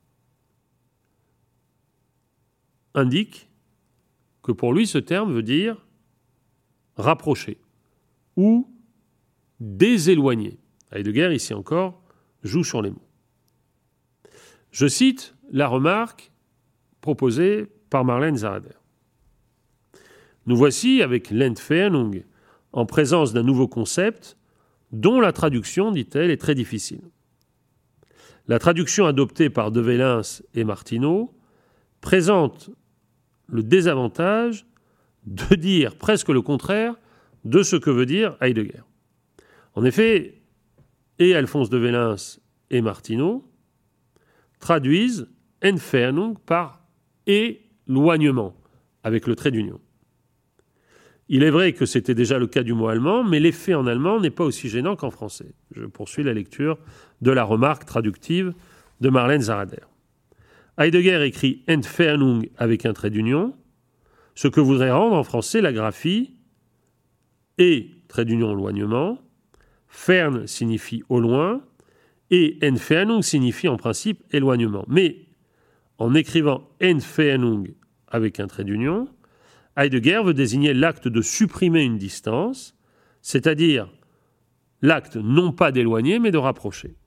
[SPEAKER 3] indique que pour lui, ce terme veut dire rapprocher ou déséloigner. Heidegger, ici encore, joue sur les mots. Je cite la remarque proposée par Marlène Zarader. Nous voici avec l'Entfernung en présence d'un nouveau concept dont la traduction, dit-elle, est très difficile. La traduction adoptée par De Vellens et Martineau présente le désavantage de dire presque le contraire de ce que veut dire Heidegger. En effet, et Alphonse De Vellens et Martineau traduisent Entfernung par éloignement, avec le trait d'union. Il est vrai que c'était déjà le cas du mot allemand, mais l'effet en allemand n'est pas aussi gênant qu'en français. Je poursuis la lecture de la remarque traductive de Marlène Zarader. Heidegger écrit Entfernung avec un trait d'union, ce que voudrait rendre en français la graphie et trait d'union éloignement, fern signifie au loin et Entfernung signifie en principe éloignement. Mais en écrivant Entfernung avec un trait d'union, Heidegger veut désigner l'acte de supprimer une distance, c'est-à-dire l'acte non pas d'éloigner mais de rapprocher.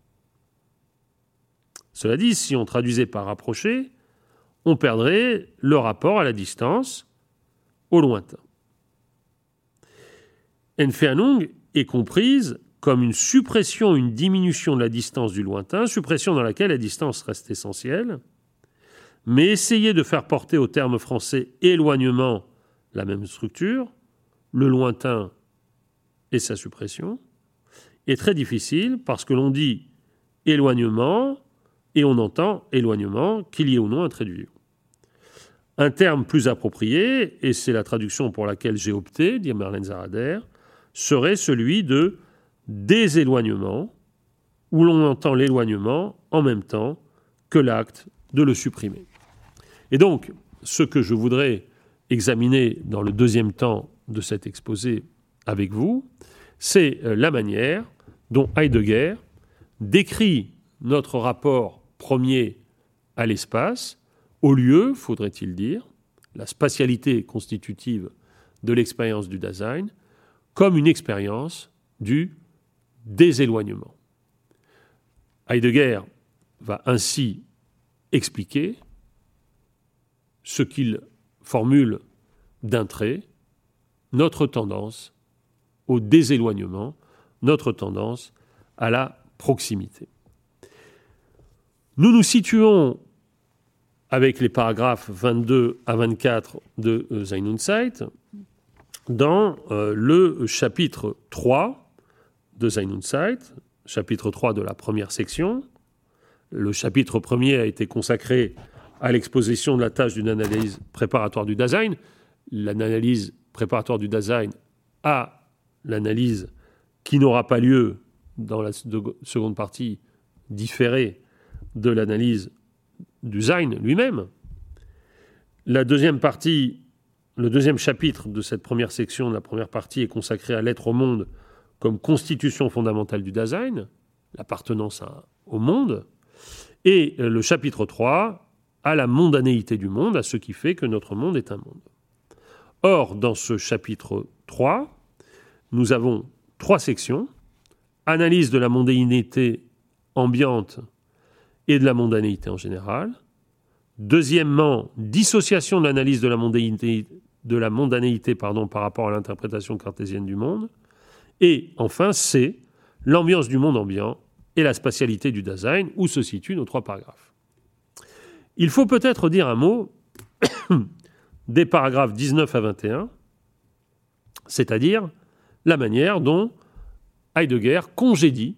[SPEAKER 3] Cela dit, si on traduisait par rapprocher, on perdrait le rapport à la distance, au lointain. Entfernung est comprise comme une suppression, une diminution de la distance du lointain, suppression dans laquelle la distance reste essentielle, mais essayer de faire porter au terme français éloignement la même structure, le lointain et sa suppression, est très difficile parce que l'on dit éloignement et on entend éloignement, qu'il y ait ou non un trait d'union. Un terme plus approprié, et c'est la traduction pour laquelle j'ai opté, dit Marlène Zarader, serait celui de déséloignement, où l'on entend l'éloignement en même temps que l'acte de le supprimer. Et donc, ce que je voudrais examiner dans le deuxième temps de cet exposé avec vous, c'est la manière dont Heidegger décrit notre rapport premier à l'espace, au lieu, faudrait-il dire, la spatialité constitutive de l'expérience du Dasein, comme une expérience du déséloignement. Heidegger va ainsi expliquer ce qu'il formule d'un trait, notre tendance au déséloignement, notre tendance à la proximité. Nous nous situons, avec les paragraphes 22 à 24 de Sein und Zeit, dans le chapitre 3 de Sein und Zeit, chapitre 3 de la première section. Le chapitre premier a été consacré à l'exposition de la tâche d'une analyse préparatoire du Dasein. L'analyse préparatoire du Dasein à l'analyse qui n'aura pas lieu dans la seconde partie différée de l'analyse du Sein lui-même. La deuxième partie, le deuxième chapitre de cette première section, de la première partie, est consacré à l'être au monde comme constitution fondamentale du Dasein, l'appartenance au monde, et le chapitre 3 à la mondanéité du monde, à ce qui fait que notre monde est un monde. Or, dans ce chapitre 3, nous avons 3 sections, analyse de la mondanéité ambiante et de la mondanéité en général. Deuxièmement, dissociation de l'analyse de la mondanéité par rapport à l'interprétation cartésienne du monde. Et enfin, C, l'ambiance du monde ambiant et la spatialité du Dasein, où se situent nos 3 paragraphes. Il faut peut-être dire un mot des paragraphes 19 à 21, c'est-à-dire la manière dont Heidegger congédie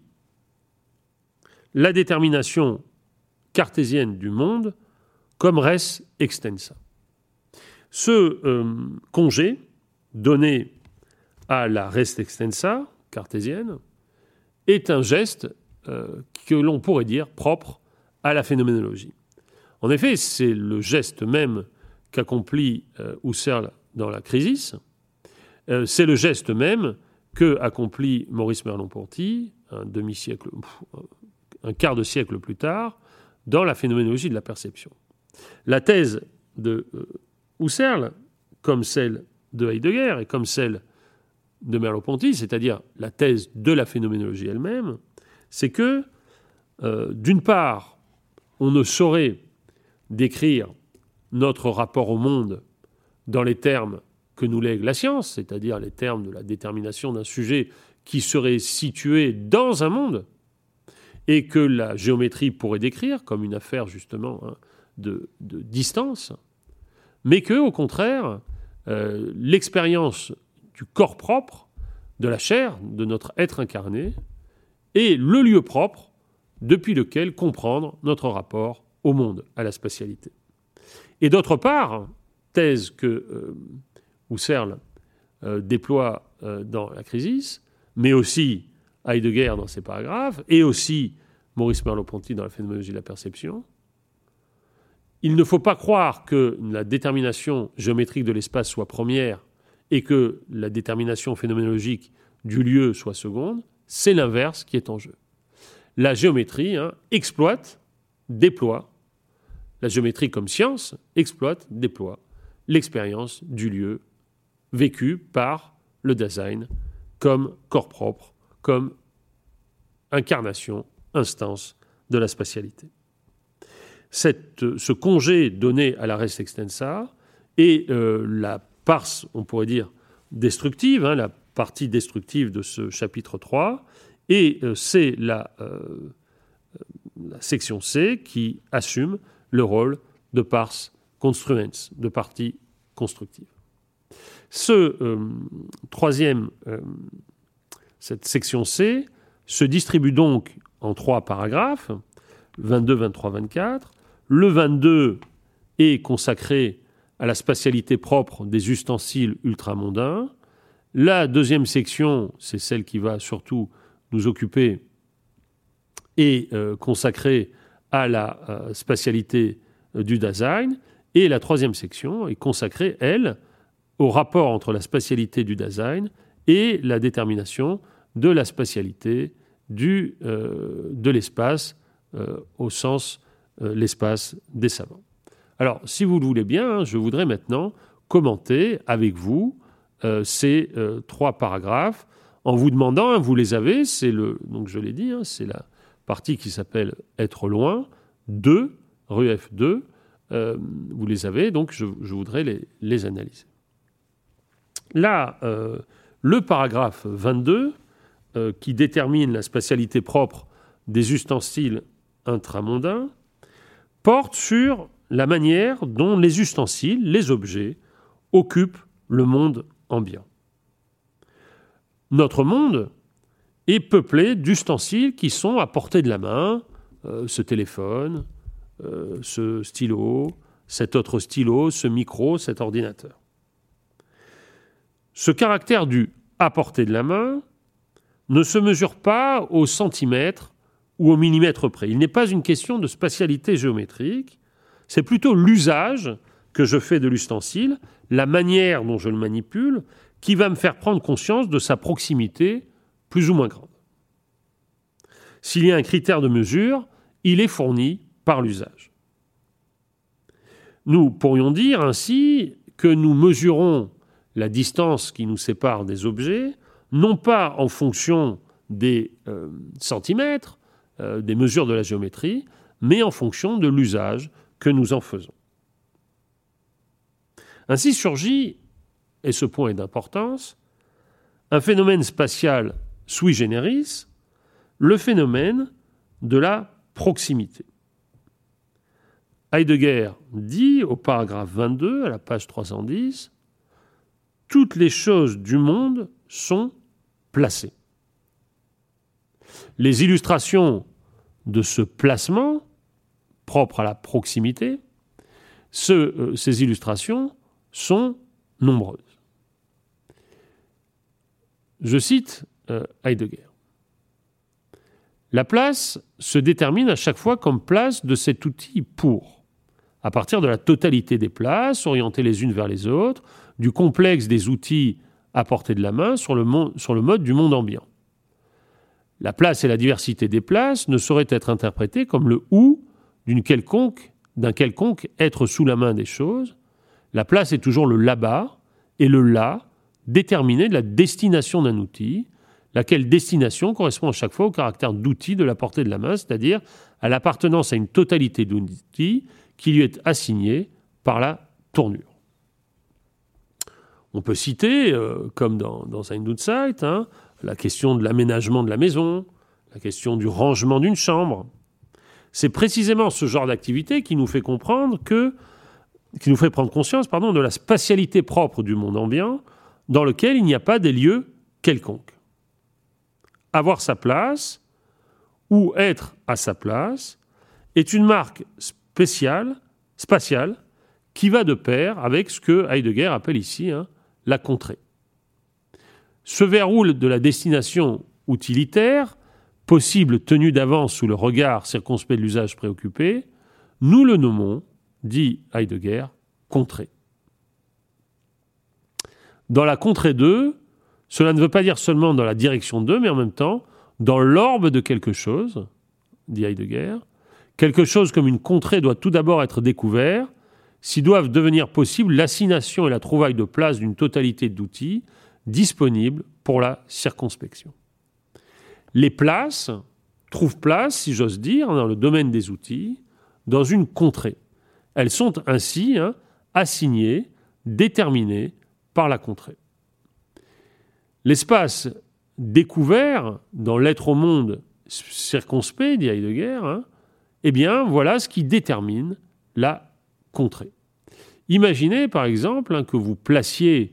[SPEAKER 3] la détermination cartésienne du monde comme res extensa. Ce congé donné à la res extensa cartésienne est un geste que l'on pourrait dire propre à la phénoménologie. En effet, c'est le geste même qu'accomplit Husserl dans la Crisis, c'est le geste même que accomplit Maurice Merleau-Ponty un quart de siècle plus tard dans la phénoménologie de la perception. La thèse de Husserl, comme celle de Heidegger et comme celle de Merleau-Ponty, c'est-à-dire la thèse de la phénoménologie elle-même, c'est que, d'une part, on ne saurait décrire notre rapport au monde dans les termes que nous lègue la science, c'est-à-dire les termes de la détermination d'un sujet qui serait situé dans un monde et que la géométrie pourrait décrire comme une affaire justement de distance, mais que, au contraire, l'expérience du corps propre, de la chair, de notre être incarné, est le lieu propre depuis lequel comprendre notre rapport au monde, à la spatialité. Et d'autre part, thèse que Husserl déploie dans la Crisis, mais aussi Heidegger dans ses paragraphes, et aussi Maurice Merleau-Ponty dans la phénoménologie de la perception, il ne faut pas croire que la détermination géométrique de l'espace soit première et que la détermination phénoménologique du lieu soit seconde, c'est l'inverse qui est en jeu. La géométrie exploite, déploie, la géométrie comme science exploite, déploie l'expérience du lieu vécu par le Dasein comme corps propre, comme incarnation, instance de la spatialité. Ce congé donné à la res extensa est la pars, on pourrait dire, destructive, la partie destructive de ce chapitre 3, Et c'est la section C qui assume le rôle de pars construens, de partie constructive. Cette section C se distribue donc en 3 paragraphes, 22, 23, 24. Le 22 est consacré à la spatialité propre des ustensiles ultramondains. La deuxième section, c'est celle qui va surtout nous occuper, est consacrée à la spatialité du Dasein. Et la troisième section est consacrée, elle, au rapport entre la spatialité du Dasein et la détermination de la spatialité de l'espace, au sens l'espace des savants. Alors, si vous le voulez bien, je voudrais maintenant commenter avec vous ces 3 paragraphes en vous demandant, vous les avez, donc je l'ai dit, c'est la partie qui s'appelle « Être loin », 2, RUEF 2, vous les avez, donc je voudrais les analyser. Là, le paragraphe 22, qui détermine la spatialité propre des ustensiles intramondains, porte sur la manière dont les ustensiles, les objets, occupent le monde ambiant. Notre monde est peuplé d'ustensiles qui sont à portée de la main, ce téléphone, ce stylo, cet autre stylo, ce micro, cet ordinateur. Ce caractère du « à portée de la main » ne se mesure pas au centimètre ou au millimètre près. Il n'est pas une question de spatialité géométrique, c'est plutôt l'usage que je fais de l'ustensile, la manière dont je le manipule, qui va me faire prendre conscience de sa proximité plus ou moins grande. S'il y a un critère de mesure, il est fourni par l'usage. Nous pourrions dire ainsi que nous mesurons la distance qui nous sépare des objets, non pas en fonction des centimètres, des mesures de la géométrie, mais en fonction de l'usage que nous en faisons. Ainsi surgit, et ce point est d'importance, un phénomène spatial sui generis, le phénomène de la proximité. Heidegger dit au paragraphe 22, à la page 310, « Toutes les choses du monde sont placées ». Les illustrations de ce placement, propre à la proximité, ces illustrations sont nombreuses. Je cite Heidegger. La place se détermine à chaque fois comme place de cet outil pour, à partir de la totalité des places, orientées les unes vers les autres, du complexe des outils à portée de la main sur le mode du monde ambiant. La place et la diversité des places ne sauraient être interprétées comme le « ou » d'un quelconque être sous la main des choses. La place est toujours le là-bas et le là déterminé de la destination d'un outil, laquelle destination correspond à chaque fois au caractère d'outil de la portée de la main, c'est-à-dire à l'appartenance à une totalité d'outils qui lui est assignée par la tournure. On peut citer, comme dans Sein und Zeit, la question de l'aménagement de la maison, la question du rangement d'une chambre. C'est précisément ce genre d'activité qui nous fait prendre conscience de la spatialité propre du monde ambiant dans lequel il n'y a pas des lieux quelconques. Avoir sa place ou être à sa place est une marque spatiale qui va de pair avec ce que Heidegger appelle ici la contrée. Ce verrou de la destination utilitaire, possible tenu d'avance sous le regard circonspect de l'usage préoccupé, nous le nommons, dit Heidegger, contrée. Dans la contrée 2, cela ne veut pas dire seulement dans la direction 2, mais en même temps dans l'orbe de quelque chose, dit Heidegger. Quelque chose comme une contrée doit tout d'abord être découvert, si doivent devenir possibles l'assignation et la trouvaille de place d'une totalité d'outils disponibles pour la circonspection. Les places trouvent place, si j'ose dire, dans le domaine des outils, dans une contrée. Elles sont ainsi assignées, déterminées par la contrée. L'espace découvert dans l'être au monde circonspect, dit Heidegger, eh bien, voilà ce qui détermine la contrée. Imaginez, par exemple, que vous placiez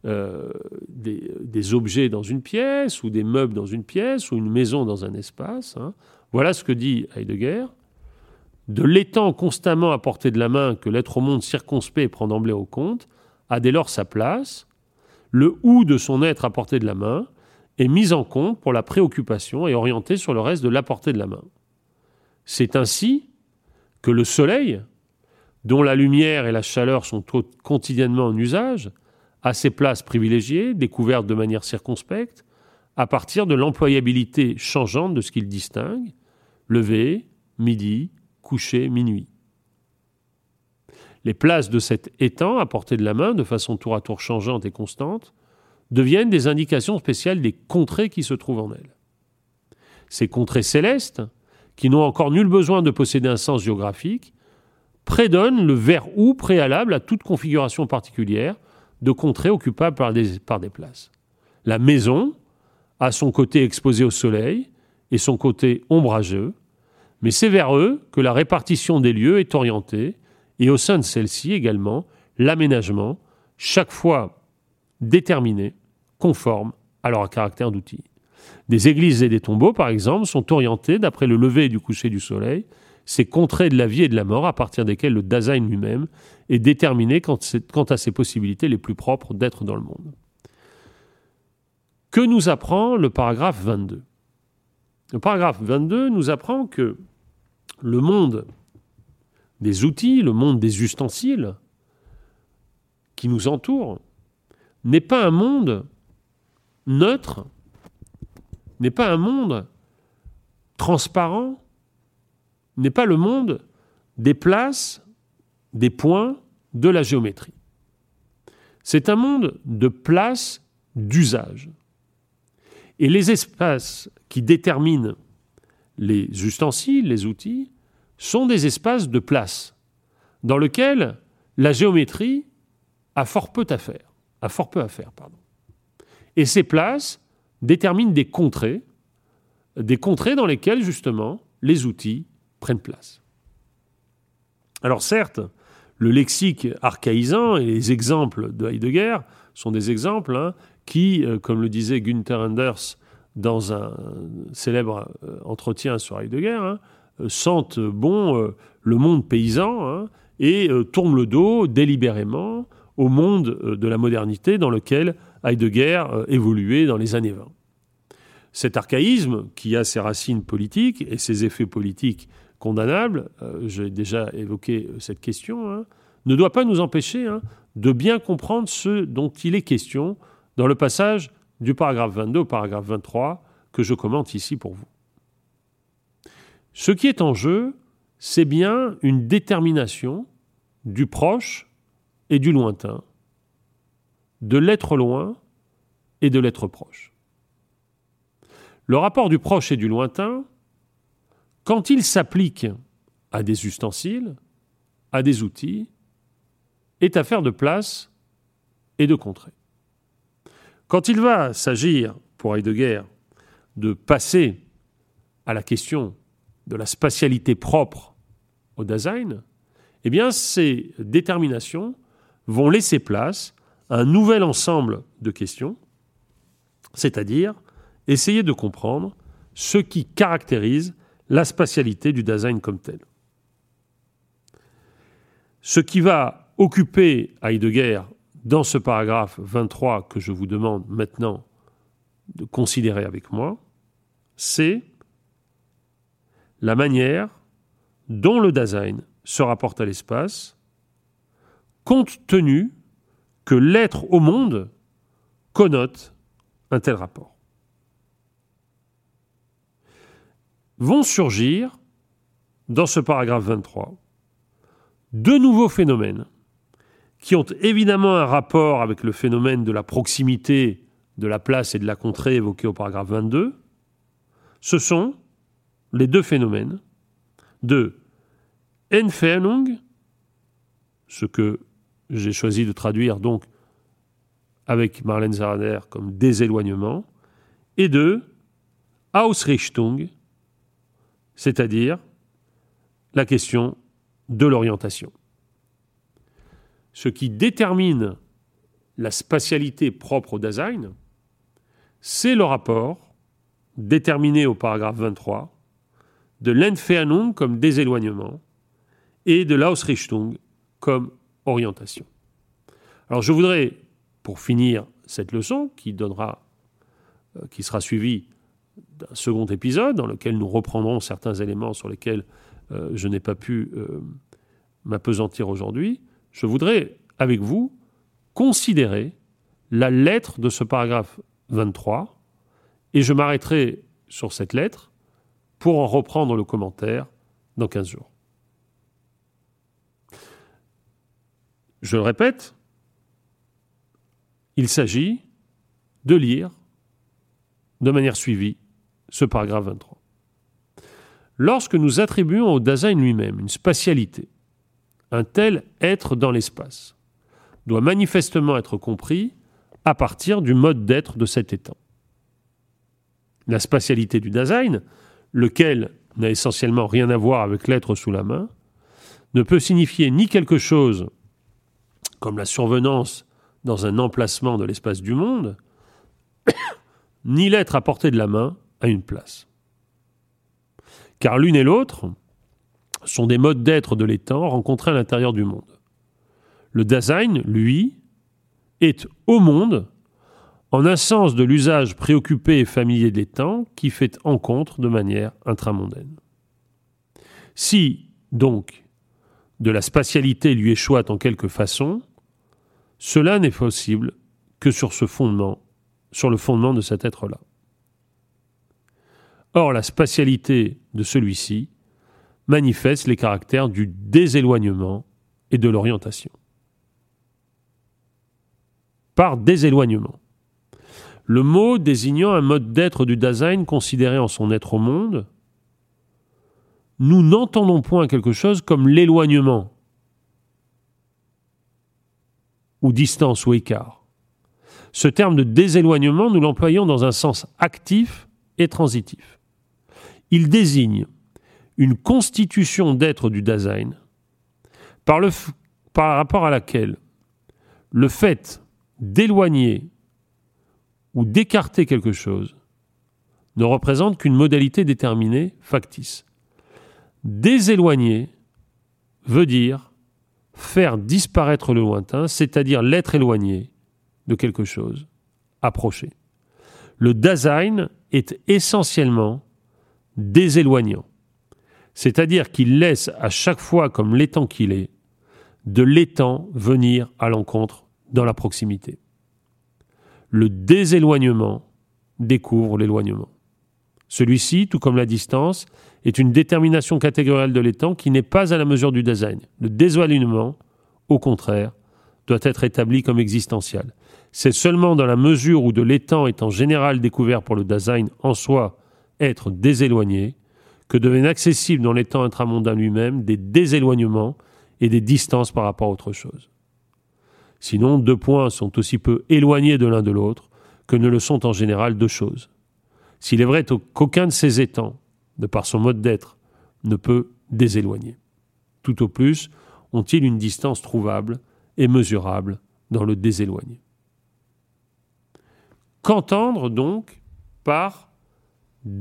[SPEAKER 3] des objets dans une pièce, ou des meubles dans une pièce, ou une maison dans un espace. Voilà ce que dit Heidegger. De l'étang constamment à portée de la main que l'être au monde circonspect prend d'emblée au compte, a dès lors sa place. Le ou de son être à portée de la main est mis en compte pour la préoccupation et orienté sur le reste de la portée de la main. C'est ainsi que le soleil, dont la lumière et la chaleur sont quotidiennement en usage, a ses places privilégiées, découvertes de manière circonspecte, à partir de l'employabilité changeante de ce qu'il distingue, lever, midi, coucher, minuit. Les places de cet étang à portée de la main, de façon tour à tour changeante et constante, deviennent des indications spéciales des contrées qui se trouvent en elles. Ces contrées célestes, qui n'ont encore nul besoin de posséder un sens géographique, prédonnent le vers ou préalable à toute configuration particulière de contrées occupables par des places. La maison a son côté exposé au soleil et son côté ombrageux, mais c'est vers eux que la répartition des lieux est orientée, et au sein de celle-ci également, l'aménagement, chaque fois déterminé, conforme à leur caractère d'outil. Des églises et des tombeaux, par exemple, sont orientés d'après le lever et du coucher du soleil, ces contrées de la vie et de la mort à partir desquelles le Dasein lui-même est déterminé quant à ses possibilités les plus propres d'être dans le monde. Que nous apprend le paragraphe 22 ? Le paragraphe 22 nous apprend que le monde des outils, le monde des ustensiles qui nous entourent, n'est pas un monde neutre, n'est pas un monde transparent, n'est pas le monde des places, des points, de la géométrie. C'est un monde de places, d'usage. Et les espaces qui déterminent les ustensiles, les outils, sont des espaces de place, dans lesquels la géométrie a fort peu à faire. Et ces places déterminent des contrées dans lesquelles, justement, les outils prennent place. Alors certes, le lexique archaïsant et les exemples de Heidegger sont des exemples qui, comme le disait Günther Anders dans un célèbre entretien sur Heidegger, sentent bon le monde paysan et tournent le dos délibérément au monde de la modernité dans lequel Heidegger évoluait dans les années 20. Cet archaïsme, qui a ses racines politiques et ses effets politiques condamnables, j'ai déjà évoqué cette question, ne doit pas nous empêcher de bien comprendre ce dont il est question dans le passage du paragraphe 22 au paragraphe 23 que je commente ici pour vous. Ce qui est en jeu, c'est bien une détermination du proche et du lointain, de l'être loin et de l'être proche. Le rapport du proche et du lointain, quand il s'applique à des ustensiles, à des outils, est affaire de place et de contrée. Quand il va s'agir, pour Heidegger, de passer à la question de la spatialité propre au Dasein, eh bien, ces déterminations vont laisser place à un nouvel ensemble de questions, c'est-à-dire essayer de comprendre ce qui caractérise la spatialité du Dasein comme tel. Ce qui va occuper Heidegger dans ce paragraphe 23 que je vous demande maintenant de considérer avec moi, c'est la manière dont le Dasein se rapporte à l'espace, compte tenu que l'être au monde connote un tel rapport. Vont surgir, dans ce paragraphe 23, deux nouveaux phénomènes qui ont évidemment un rapport avec le phénomène de la proximité, de la place et de la contrée évoqué au paragraphe 22. Ce sont les deux phénomènes de Entfernung, ce que j'ai choisi de traduire donc avec Marlène Zarader comme déséloignement, et de Ausrichtung, c'est-à-dire la question de l'orientation. Ce qui détermine la spatialité propre au Dasein, c'est le rapport déterminé au paragraphe 23 de l'Entfernung comme déséloignement et de l'Ausrichtung comme orientation. Alors je voudrais, pour finir cette leçon qui sera suivie d'un second épisode dans lequel nous reprendrons certains éléments sur lesquels je n'ai pas pu m'appesantir aujourd'hui, je voudrais avec vous considérer la lettre de ce paragraphe 23 et je m'arrêterai sur cette lettre pour en reprendre le commentaire dans 15 jours. Je le répète, il s'agit de lire de manière suivie ce paragraphe 23. Lorsque nous attribuons au Dasein lui-même une spatialité, un tel être dans l'espace doit manifestement être compris à partir du mode d'être de cet étant. La spatialité du Dasein, lequel n'a essentiellement rien à voir avec l'être sous la main, ne peut signifier ni quelque chose comme la survenance dans un emplacement de l'espace du monde, ni l'être à portée de la main à une place. Car l'une et l'autre sont des modes d'être de l'étant rencontrés à l'intérieur du monde. Le Dasein, lui, est au monde en un sens de l'usage préoccupé et familier de l'étant qui fait encontre de manière intramondaine. Si, donc, de la spatialité lui échoit en quelque façon, cela n'est possible que sur le fondement de cet être-là. Or, la spatialité de celui-ci manifeste les caractères du déséloignement et de l'orientation. Par déséloignement, le mot désignant un mode d'être du Dasein considéré en son être au monde, nous n'entendons point quelque chose comme l'éloignement ou distance ou écart. Ce terme de déséloignement, nous l'employons dans un sens actif et transitif. Il désigne une constitution d'être du Dasein par rapport à laquelle le fait d'éloigner ou d'écarter quelque chose ne représente qu'une modalité déterminée, factice. Déséloigner veut dire faire disparaître le lointain, c'est-à-dire l'être éloigné de quelque chose, approché. Le Dasein est essentiellement déséloignant, c'est-à-dire qu'il laisse à chaque fois comme l'étant qu'il est, de l'étant venir à l'encontre dans la proximité. Le déséloignement découvre l'éloignement. Celui-ci, tout comme la distance, est une détermination catégorielle de l'étant qui n'est pas à la mesure du Dasein. Le déséloignement, au contraire, doit être établi comme existentiel. C'est seulement dans la mesure où de l'étant est en général découvert pour le Dasein en soi être déséloigné que deviennent accessibles dans l'étant intramondain lui-même des déséloignements et des distances par rapport à autre chose. Sinon, deux points sont aussi peu éloignés de l'un de l'autre que ne le sont en général deux choses. S'il est vrai qu'aucun de ces étangs, de par son mode d'être, ne peut déséloigner. Tout au plus ont-ils une distance trouvable et mesurable dans le déséloigné. Qu'entendre donc par déséloignement ?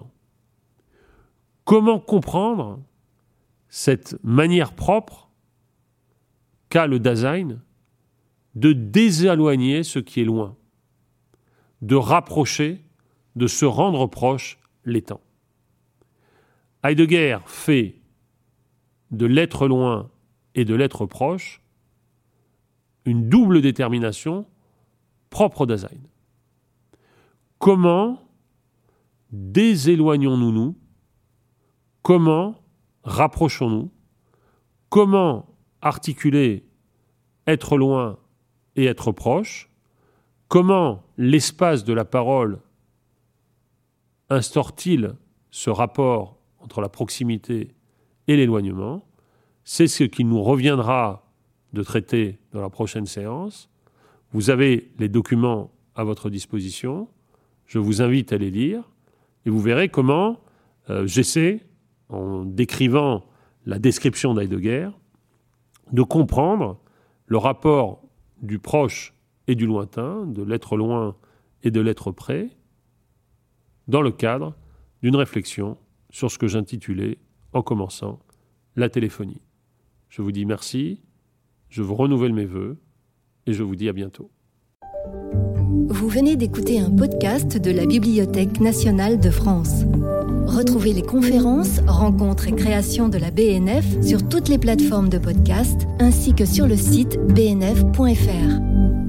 [SPEAKER 3] Comment comprendre cette manière propre qu'a le Dasein de déséloigner ce qui est loin, de rapprocher, de se rendre proche l'étant. Heidegger fait de l'être loin et de l'être proche une double détermination propre au Dasein. Comment déséloignons-nous ? Comment rapprochons-nous ? Comment articuler être loin et être proche ? Comment l'espace de la parole instaure-t-il ce rapport entre la proximité et l'éloignement ? C'est ce qu'il nous reviendra de traiter dans la prochaine séance. Vous avez les documents à votre disposition. Je vous invite à les lire et vous verrez comment j'essaie, en décrivant la description d'Heidegger, de comprendre le rapport du proche et du lointain, de l'être loin et de l'être près, dans le cadre d'une réflexion sur ce que j'intitulais, en commençant, la téléphonie. Je vous dis merci, je vous renouvelle mes vœux et je vous dis à bientôt.
[SPEAKER 1] Vous venez d'écouter un podcast de la Bibliothèque nationale de France. Retrouvez les conférences, rencontres et créations de la BNF sur toutes les plateformes de podcast ainsi que sur le site bnf.fr.